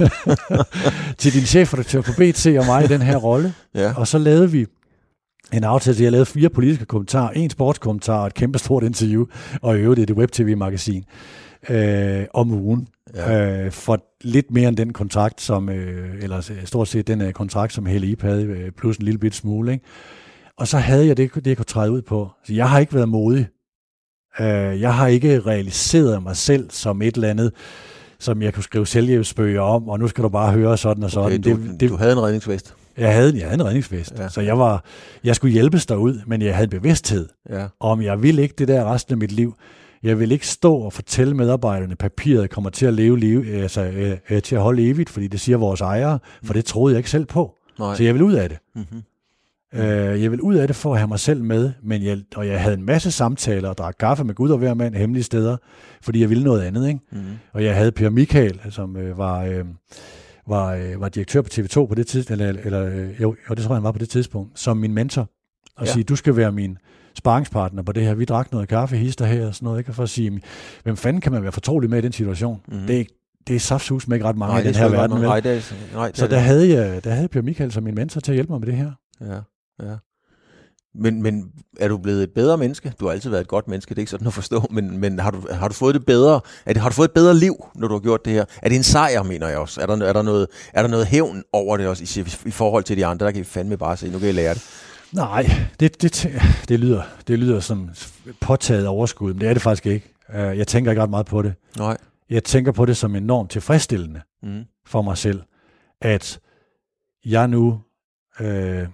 til din chefredaktør på B T og mig i den her rolle? Ja. Og så lavede vi en aftale, så jeg lavede fire politiske kommentarer, en sportskommentar og et kæmpe stort interview, og i øvrigt det er det web-tv-magasin øh, om ugen. Ja. Øh, for lidt mere end den kontrakt, som, øh, eller stort set den øh, kontrakt, som Helle Ib havde, øh, plus en lille bit smule, ikke? Og så havde jeg det, det jeg kunne træde ud på. Så jeg har ikke været modig. Uh, jeg har ikke realiseret mig selv som et eller andet, som jeg kunne skrive selvhjælpsbøger om, og nu skal du bare høre sådan og sådan. Okay, du, det, det, du havde en redningsvest? Jeg havde, jeg havde en redningsvest. Ja. Så jeg var, jeg skulle hjælpes derud, men jeg havde en bevidsthed ja. om, jeg ville ikke det der resten af mit liv. Jeg vil ikke stå og fortælle medarbejderne, papiret kommer til at leve, leve altså, øh, til at holde evigt, fordi det siger vores ejere, for det troede jeg ikke selv på. Nej. Så jeg vil ud af det. Mm-hmm. Jeg vil ud af det for at have mig selv med, men jeg, og jeg havde en masse samtaler og drak kaffe med Gud og hver mand hemmelige steder, fordi jeg ville noget andet, ikke? Mm-hmm. Og jeg havde Per Michael, som øh, var, øh, var, øh, var direktør på T V to på det tidspunkt, eller, eller øh, jo, jo, det tror jeg, han var på det tidspunkt, som min mentor, og ja. sige, du skal være min sparringspartner på det her. Vi drak noget kaffe, hister her og sådan noget, ikke? For at sige, hvem fanden kan man være fortrolig med i den situation? Mm-hmm. Det er det er saftsus med ikke ret mange nej, i den her verden. Nej, det er, nej, det så der havde, jeg, der havde Per Michael som min mentor til at hjælpe mig med det her. Ja. Ja. Men, men er du blevet et bedre menneske? Du har altid været et godt menneske, det er ikke sådan at forstå, men, men har, du, har du fået det bedre? Er det, har du fået et bedre liv, når du har gjort det her? Er det en sejr, mener jeg også? Er der, er der, noget, er der noget hævn over det også i, i forhold til de andre? Der kan vi fandme bare se, nu kan I lære det. Nej, det, det, det, lyder, det lyder som påtaget overskud, men det er det faktisk ikke. Jeg tænker ikke ret meget på det. Nej. Jeg tænker på det som enormt tilfredsstillende mm. for mig selv, at jeg nu... Øh,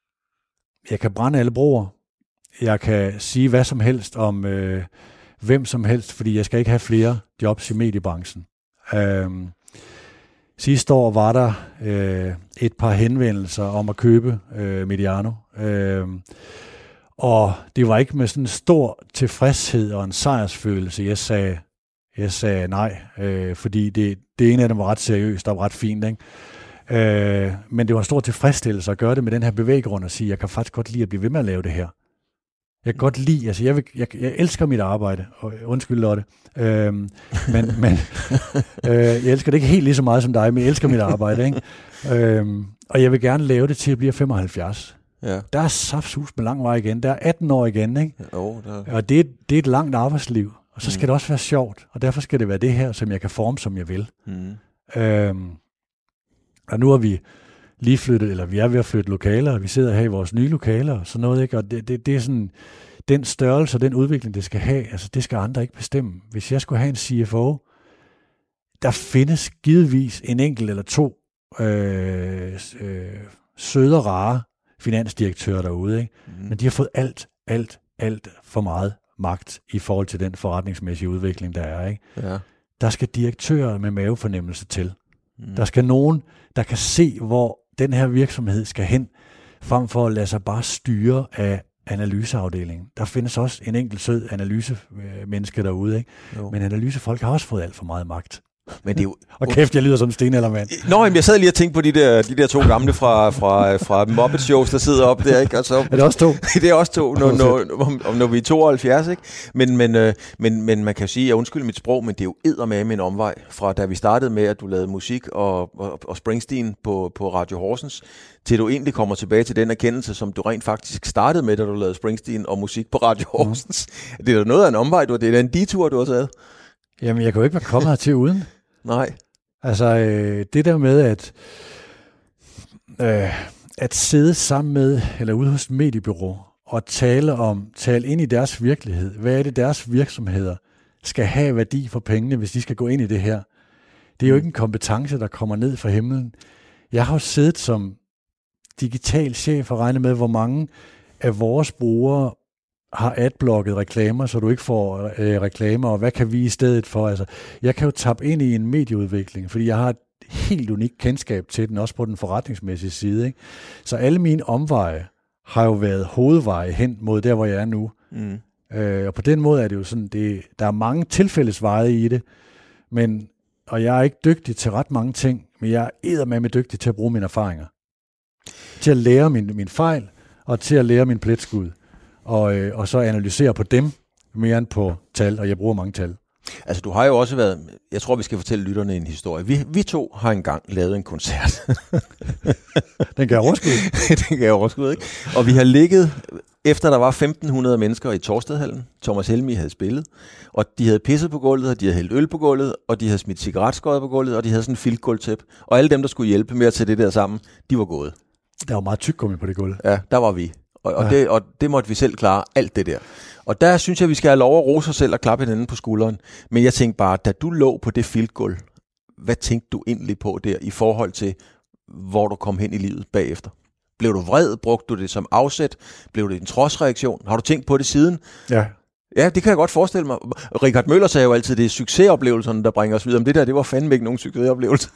Jeg kan brænde alle broer. Jeg kan sige hvad som helst om øh, hvem som helst, fordi jeg skal ikke have flere jobs i mediebranchen. Øhm, sidste år var der øh, et par henvendelser om at købe øh, Mediano. Øhm, og det var ikke med sådan en stor tilfredshed og en sejrsfølelse, jeg sagde, jeg sagde nej, øh, fordi det, det ene af dem var ret seriøst og ret fint, ikke? Øh, men det var en stor tilfredsstillelse at gøre det med den her bevæggrund og sige, jeg kan faktisk godt lide at blive ved med at lave det her. Jeg kan godt lide, altså jeg, vil, jeg, jeg elsker mit arbejde, og undskyld Lotte, øh, men, men øh, jeg elsker det ikke helt lige så meget som dig, men jeg elsker mit arbejde, ikke? Øh, og jeg vil gerne lave det til at blive femoghalvfjerds. Ja. Der er saftsus med lang vej igen, der er atten år igen, ikke? Jo, der... Og det, det er et langt arbejdsliv, og så skal mm. det også være sjovt, og derfor skal det være det her, som jeg kan forme, som jeg vil. Mm. Øh, Og nu har vi lige flyttet, eller vi er ved at flytte lokaler, og vi sidder her i vores nye lokaler og sådan noget, ikke? Og det, det, det er sådan, den størrelse og den udvikling, det skal have, altså det skal andre ikke bestemme. Hvis jeg skulle have en C F O, der findes givetvis en enkelt eller to øh, øh, søde og rare finansdirektører derude, ikke? Mm. Men de har fået alt, alt, alt for meget magt i forhold til den forretningsmæssige udvikling, der er, ikke? Ja. Der skal direktører med mavefornemmelse til. Mm. Der skal nogen, der kan se, hvor den her virksomhed skal hen, frem for at lade sig bare styre af analyseafdelingen. Der findes også en enkelt sød analysemenneske derude, ikke? Men analysefolk har også fået alt for meget magt. Men det er jo... Og kæft, jeg lyder som en stenaldermand. Nå, jamen, jeg sad lige og tænkte på de der, de der to gamle fra, fra, fra Muppet Shows, der sidder op der, ikke? Og så, er det også to? Det er også to, når, når, når vi er tooghalvfjerds, ikke? Men, men, øh, men, men man kan jo sige, jeg undskylder mit sprog, men det er jo eddermame en omvej fra da vi startede med, at du lavede musik og, og, og Springsteen på, på Radio Horsens, til du egentlig kommer tilbage til den erkendelse, som du rent faktisk startede med, da du lavede Springsteen og musik på Radio Horsens. Mm. Det er da noget af en omvej, du, det er en detur, du har taget. Jamen, jeg kan jo ikke være kommet hertil uden. Nej. Altså, øh, det der med, at, øh, at sidde sammen med, eller ude hos et mediebureau, og tale om, tale ind i deres virkelighed. Hvad er det, deres virksomheder skal have værdi for pengene, hvis de skal gå ind i det her? Det er jo ikke en kompetence, der kommer ned fra himlen. Jeg har jo siddet som digital chef og regnet med, hvor mange af vores brugere har adblokket reklamer, så du ikke får øh, reklamer, og hvad kan vi i stedet for? Altså, jeg kan jo tappe ind i en medieudvikling, fordi jeg har et helt unikt kendskab til den, også på den forretningsmæssige side. Ikke? Så alle mine omveje har jo været hovedveje hen mod der, hvor jeg er nu. Mm. Øh, og på den måde er det jo sådan, det, der er mange tilfældesveje i det, men, og jeg er ikke dygtig til ret mange ting, men jeg er eddermame dygtig til at bruge mine erfaringer. Til at lære min, min fejl, og til at lære min pletskud. Og, øh, og så analysere på dem mere end på tal, og jeg bruger mange tal. Altså, du har jo også været... Jeg tror, vi skal fortælle lytterne en historie. Vi, vi to har engang lavet en koncert. Den gav overskud. Den gav overskud, ikke? Og vi har ligget... Efter der var femten hundrede mennesker i Torstedhallen, Thomas Helmig havde spillet, og de havde pisset på gulvet, og de havde hældt øl på gulvet, og de havde smidt cigaretskåret på gulvet, og de havde sådan en filtgulvtæppe. Og alle dem, der skulle hjælpe med at tage det der sammen, de var gået. Der var meget tyggummi på det gulv. Ja, der var vi. Og, og, ja. det, og det måtte vi selv klare, alt det der. Og der synes jeg, vi skal have lov at rose os selv og klappe hinanden på skulderen. Men jeg tænkte bare, da du lå på det filtgulv, hvad tænkte du egentlig på der, i forhold til, hvor du kom hen i livet bagefter? Blev du vred? Brugte du det som afsæt? Blev det en trodsreaktion? Har du tænkt på det siden? Ja. Ja, det kan jeg godt forestille mig. Richard Møller sagde jo altid, det er succesoplevelserne, der bringer os videre. Men det der, det var fandme ikke nogen succesoplevelse.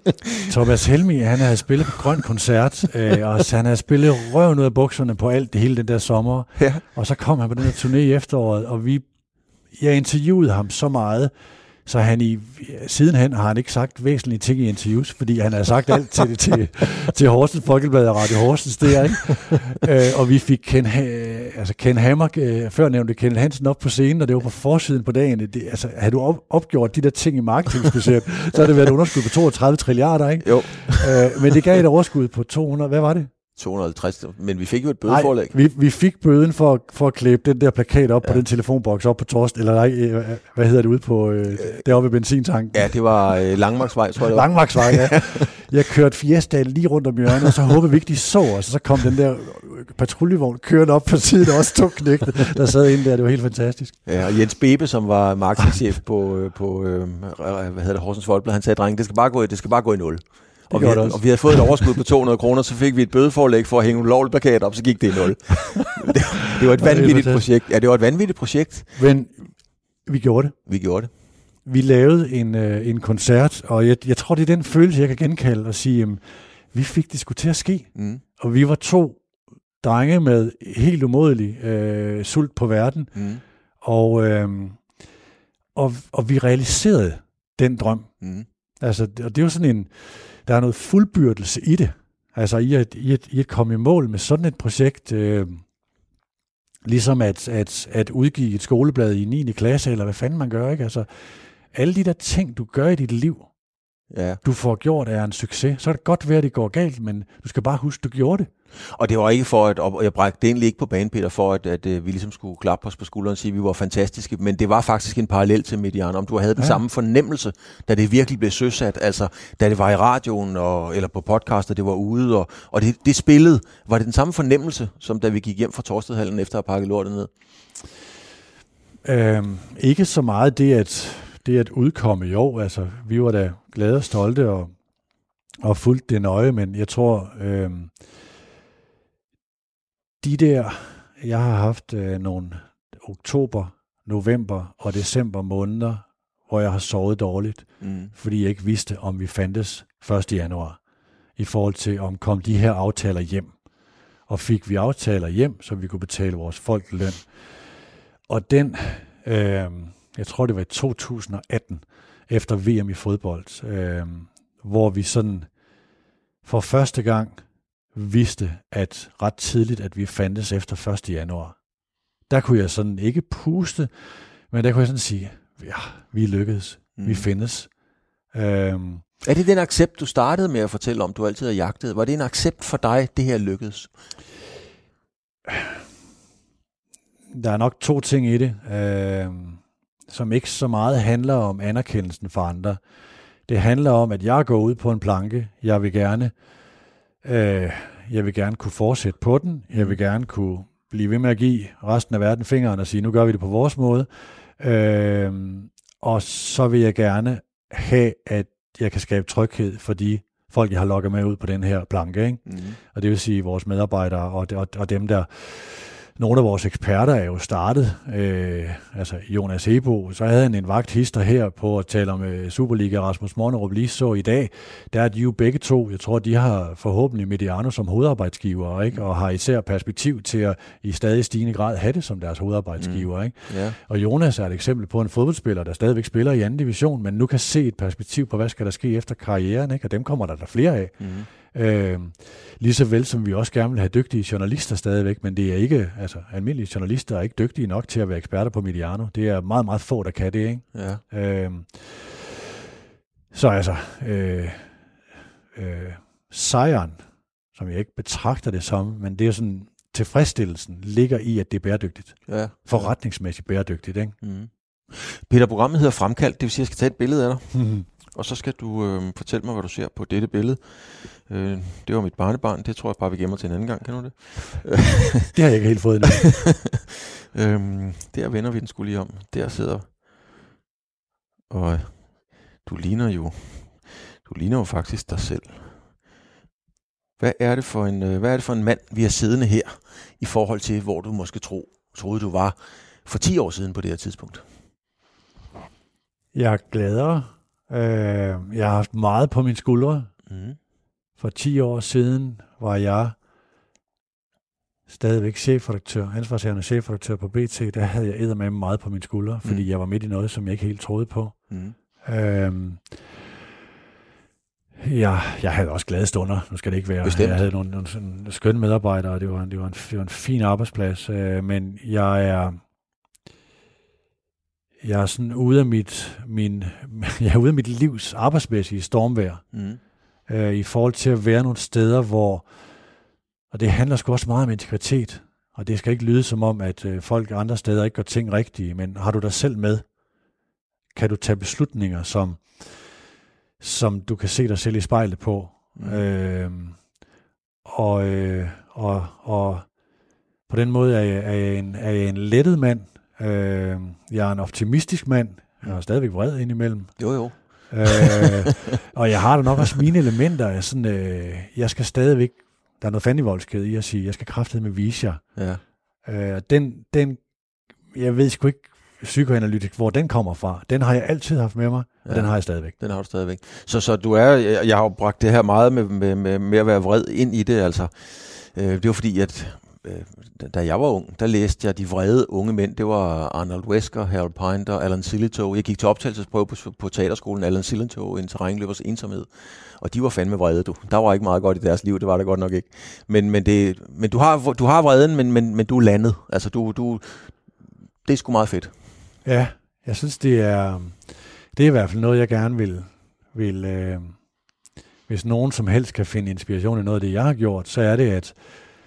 Thomas Helmig, han havde spillet på Grøn Koncert, øh, og han havde spillet røven ud af bukserne på alt det hele den der sommer. Ja. Og så kom han på den der turné i efteråret, og vi, jeg interviewede ham så meget, så han i, sidenhen har han ikke sagt væsentlige ting i interviews, fordi han har sagt alt til, til, til Horsens Folkeblad og Radio Horsens der, ikke? øh, og vi fik Ken, altså Ken Hammer, øh, før nævnte Ken Hansen op på scenen, og det var på forsiden på dagen. Det, altså, havde du op, opgjort de der ting i marketingspecielt, så havde det været et underskud på toogtredive trilliarder, ikke? Jo. øh, men det gav et overskud på to hundrede, hvad var det? to hundrede og halvtreds, men vi fik jo et bødeforlæg. Nej, vi, vi fik bøden for, for at klæbe den der plakat op ja. på den telefonboks op på Torst, eller nej, hvad hedder det ude på, øh, deroppe ved benzintanken? Ja, det var øh, Langmarksvej, tror jeg det var. Langmarksvej, ja. Jeg kørte Fiesta lige rundt om hjørnet, og så håbede vi ikke, de så os, og så kom den der patruljevogn kørende op på siden, og også to knægte, der sad inde der. Det var helt fantastisk. Ja, og Jens Bebe, som var marketingchef på, på øh, hvad hedder det, Horsens Folkeblad, han sagde, drenge, det skal bare gå, det skal bare gå i nul. Og vi, havde, og vi havde fået et overskud på to hundrede kroner, så fik vi et bødeforlæg for at hænge en lovlig plakat op, så gik det i nul. det, det var et vanvittigt projekt. Ja, det var et vanvittigt projekt. Men vi gjorde det. Vi gjorde det. Vi lavede en, øh, en koncert, og jeg, jeg tror, det er den følelse, jeg kan genkalde og sige, jamen, vi fik det sgu til at ske. Mm. Og vi var to drenge med helt umådelig øh, sult på verden. Mm. Og, øh, og, og vi realiserede den drøm. Mm. Altså, og det er jo sådan en... Der er noget fuldbyrdelse i det. Altså i at, i at, i at komme i mål med sådan et projekt, øh, ligesom at, at, at udgive et skoleblad i niende klasse, eller hvad fanden man gør, ikke? Altså, alle de der ting, du gør i dit liv, ja. du får gjort, er en succes. Så er det godt være, at det går galt, men du skal bare huske, at du gjorde det. Og det var ikke for, at og jeg bragte det egentlig ikke på banen, Peter, for at, at, at vi ligesom skulle klappe os på skulderen og sige, at vi var fantastiske, men det var faktisk en parallel til Mediano. Om du havde den ja. samme fornemmelse, da det virkelig blev søsat, altså da det var i radioen og, eller på podcast, og det var ude, og, og det, det spillede, var det den samme fornemmelse, som da vi gik hjem fra Torstedhallen efter at pakke lortet ned? Øhm, ikke så meget det at, det at udkomme i år, altså vi var da glade og stolte og, og fulgte det nøje, men jeg tror... Øhm, De der, jeg har haft øh, nogle oktober, november og december måneder, hvor jeg har sovet dårligt, mm. fordi jeg ikke vidste, om vi fandtes første januar, i forhold til, om kom de her aftaler hjem. Og fik vi aftaler hjem, så vi kunne betale vores folk løn. Og den, øh, jeg tror det var i to tusind og atten, efter V M i fodbold, øh, hvor vi sådan for første gang vidste, at ret tidligt, at vi fandtes efter første januar. Der kunne jeg sådan ikke puste, men der kunne jeg sådan sige, ja, vi lykkedes, mm. vi findes. Øhm, er det den accept, du startede med at fortælle om, du altid har jagtet? Var det en accept for dig, det her lykkedes? Der er nok to ting i det, øh, som ikke så meget handler om anerkendelsen for andre. Det handler om, at jeg går ud på en planke. Jeg vil gerne, øh, jeg vil gerne kunne fortsætte på den. Jeg vil gerne kunne blive ved med at give resten af verden fingeren og sige, nu gør vi det på vores måde. Øh, og så vil jeg gerne have, at jeg kan skabe tryghed for de folk, jeg har lukket med ud på den her planke. Ikke? Mm. Og det vil sige vores medarbejdere og, og, og dem, der... Nogle af vores eksperter er jo startet, øh, altså Jonas Ebo, så havde han en vagthister her på at tale om øh, Superliga, Rasmus Mornerup lige så i dag. Der er de jo begge to, jeg tror, de har forhåbentlig Mediano som hovedarbejdsgiver, ikke? Og har især perspektiv til at i stadig stigende grad have det som deres hovedarbejdsgiver. Mm. Ikke? Yeah. Og Jonas er et eksempel på en fodboldspiller, der stadigvæk spiller i anden division, men nu kan se et perspektiv på, hvad skal der ske efter karrieren, ikke? Og dem kommer der der flere af. Mm. Øh, lige så vel som vi også gerne vil have dygtige journalister stadigvæk, men det er ikke, altså almindelige journalister er ikke dygtige nok til at være eksperter på Mediano. Det er meget, meget få, der kan det, ikke? Ja. Øh, så altså, øh, øh, sejren, som jeg ikke betragter det som, men det er sådan, tilfredsstillelsen ligger i, at det er bæredygtigt. Ja. Forretningsmæssigt bæredygtigt, ikke? Mm. Peter, programmet hedder Fremkaldt, det vil sige, at jeg skal tage et billede af dig. Mm. Og så skal du øh, fortælle mig, hvad du ser på dette billede. Øh, det var mit barnebarn. Det tror jeg bare, vi gemmer til en anden gang. Kan du det? Det har jeg ikke helt fået endnu. øhm, der vender vi den skulle lige om. Der sidder... Og du ligner jo... Du ligner jo faktisk dig selv. Hvad er det for en, øh, hvad er det for en mand, vi har siddende her, i forhold til, hvor du måske tro, troede, du var for ti år siden på det her tidspunkt? Jeg er gladere. Uh, jeg har haft meget på mine skuldre. Mm. For ti år siden var jeg stadigvæk chefredaktør, ansvarshavende chefredaktør på B T. Der havde jeg eddermame meget på mine skuldre, mm. fordi jeg var midt i noget, som jeg ikke helt troede på. Mm. Uh, jeg, jeg havde også glade stunder, nu skal det ikke være. Bestemt. Jeg havde nogle, nogle, nogle skønne medarbejdere, og det var, det var, en, det var en fin arbejdsplads, uh, men jeg er... Jeg er sådan ude af mit, min, jeg er ude af mit livs arbejdsmæssige stormvejr, mm. øh, i forhold til at være nogle steder, hvor, og det handler sgu også meget om integritet, og det skal ikke lyde som om, at øh, folk andre steder ikke gør ting rigtige, men har du dig selv med, kan du tage beslutninger, som, som du kan se dig selv i spejlet på, mm. øh, og, øh, og, og på den måde er jeg, er jeg, en, er jeg en lettet mand. Øh, jeg er en optimistisk mand. Jeg er stadigvæk vred indimellem. Jo, jo. øh, og jeg har da nok også mine elementer. Jeg, sådan, øh, jeg skal stadigvæk... Der er noget fandenivoldsked i at sige, jeg skal kraftedeme vise jer. Ja. Øh, den, den... Jeg ved sgu ikke psykoanalytisk, hvor den kommer fra. Den har jeg altid haft med mig, og ja. Den har jeg stadigvæk. Den har du stadigvæk. Så, så du er... Jeg har jo bragt det her meget med, med, med, med at være vred ind i det, altså. Øh, det var fordi, at... Da jeg var ung, der læste jeg De vrede unge mænd. Det var Arnold Wesker, Harold Pinter, Alan Sillitoe. Jeg gik til optagelsesprøve på, på teaterskolen, Alan Sillitoe, En terrænløbers ensomhed. Og de var fandme vrede, du. Der var ikke meget godt i deres liv, det var der godt nok ikke. Men, men, det, men du, har, du har vreden, men, men, men du er landet. Altså, du, du, det er sgu meget fedt. Ja, jeg synes, det er, det er i hvert fald noget, jeg gerne vil... vil øh, hvis nogen som helst kan finde inspiration i noget af det, jeg har gjort, så er det, at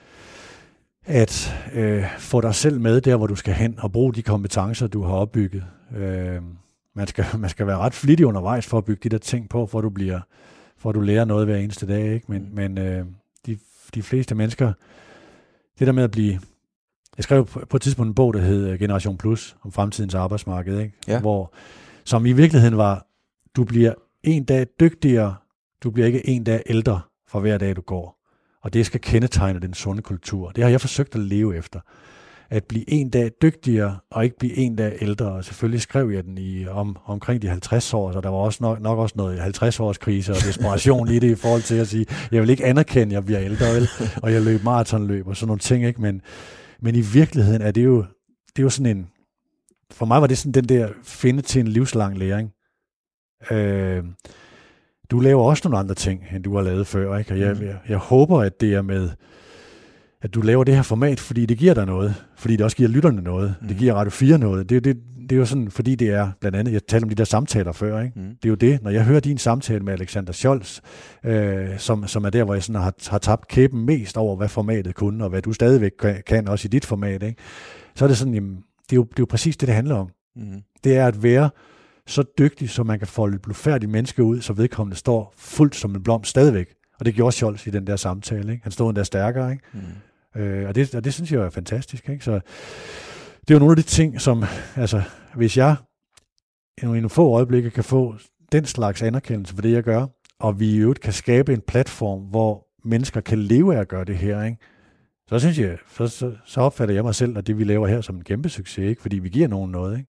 at øh, få dig selv med der, hvor du skal hen, og bruge de kompetencer, du har opbygget. Øh, man, skal, man skal være ret flittig undervejs for at bygge de der ting på, for at du, bliver, for at du lærer noget hver eneste dag. Ikke? Men, men øh, de, de fleste mennesker, det der med at blive... Jeg skrev på, på et tidspunkt en bog, der hed Generation Plus, om fremtidens arbejdsmarked, ikke? Ja. Hvor, som i virkeligheden var, du bliver en dag dygtigere, du bliver ikke en dag ældre for hver dag, du går. Og det skal kendetegne den sunde kultur. Det har jeg forsøgt at leve efter. At blive en dag dygtigere, og ikke blive en dag ældre. Og selvfølgelig skrev jeg den i om, omkring de halvtreds år, så der var også nok, nok også noget halvtreds års krise og desperation i det, i forhold til at sige, jeg vil ikke anerkende, at jeg bliver ældre, vel? Og jeg løb maratonløb og sådan nogle ting, ikke? Men, men i virkeligheden er det jo, det er jo sådan en, for mig var det sådan den der finde til en livslang læring. Øh, du laver også nogle andre ting, end du har lavet før, ikke? Og jeg, jeg, jeg håber, at det er med, at du laver det her format, fordi det giver dig noget, fordi det også giver lytterne noget, mm. det giver Radio fire noget. Det, det, det er jo sådan, fordi det er, blandt andet, jeg talte om de der samtaler før, ikke? Mm. Det er jo det, når jeg hører din samtale med Alexander Scholz, øh, som, som er der, hvor jeg sådan har, har tabt kæben mest over, hvad formatet kunne, og hvad du stadigvæk kan, kan også i dit format, ikke? Så er det sådan, jamen, det er jo, det er jo præcis det, det handler om. Mm. Det er at være så dygtig, så man kan folde et blufærdigt menneske ud, så vedkommende står fuldt som en blomst stadigvæk. Og det gjorde Scholz i den der samtale, ikke? Han stod endda stærkere, ikke? Mm. Øh, og, det, og det synes jeg er fantastisk, ikke? Så det er jo nogle af de ting, som, altså, hvis jeg i nogle få øjeblikke kan få den slags anerkendelse for det, jeg gør, og vi i øvrigt kan skabe en platform, hvor mennesker kan leve af at gøre det her, ikke? Så synes jeg, så, så, så opfatter jeg mig selv, at det vi laver her som en kæmpe succes, ikke? Fordi vi giver nogen noget, ikke?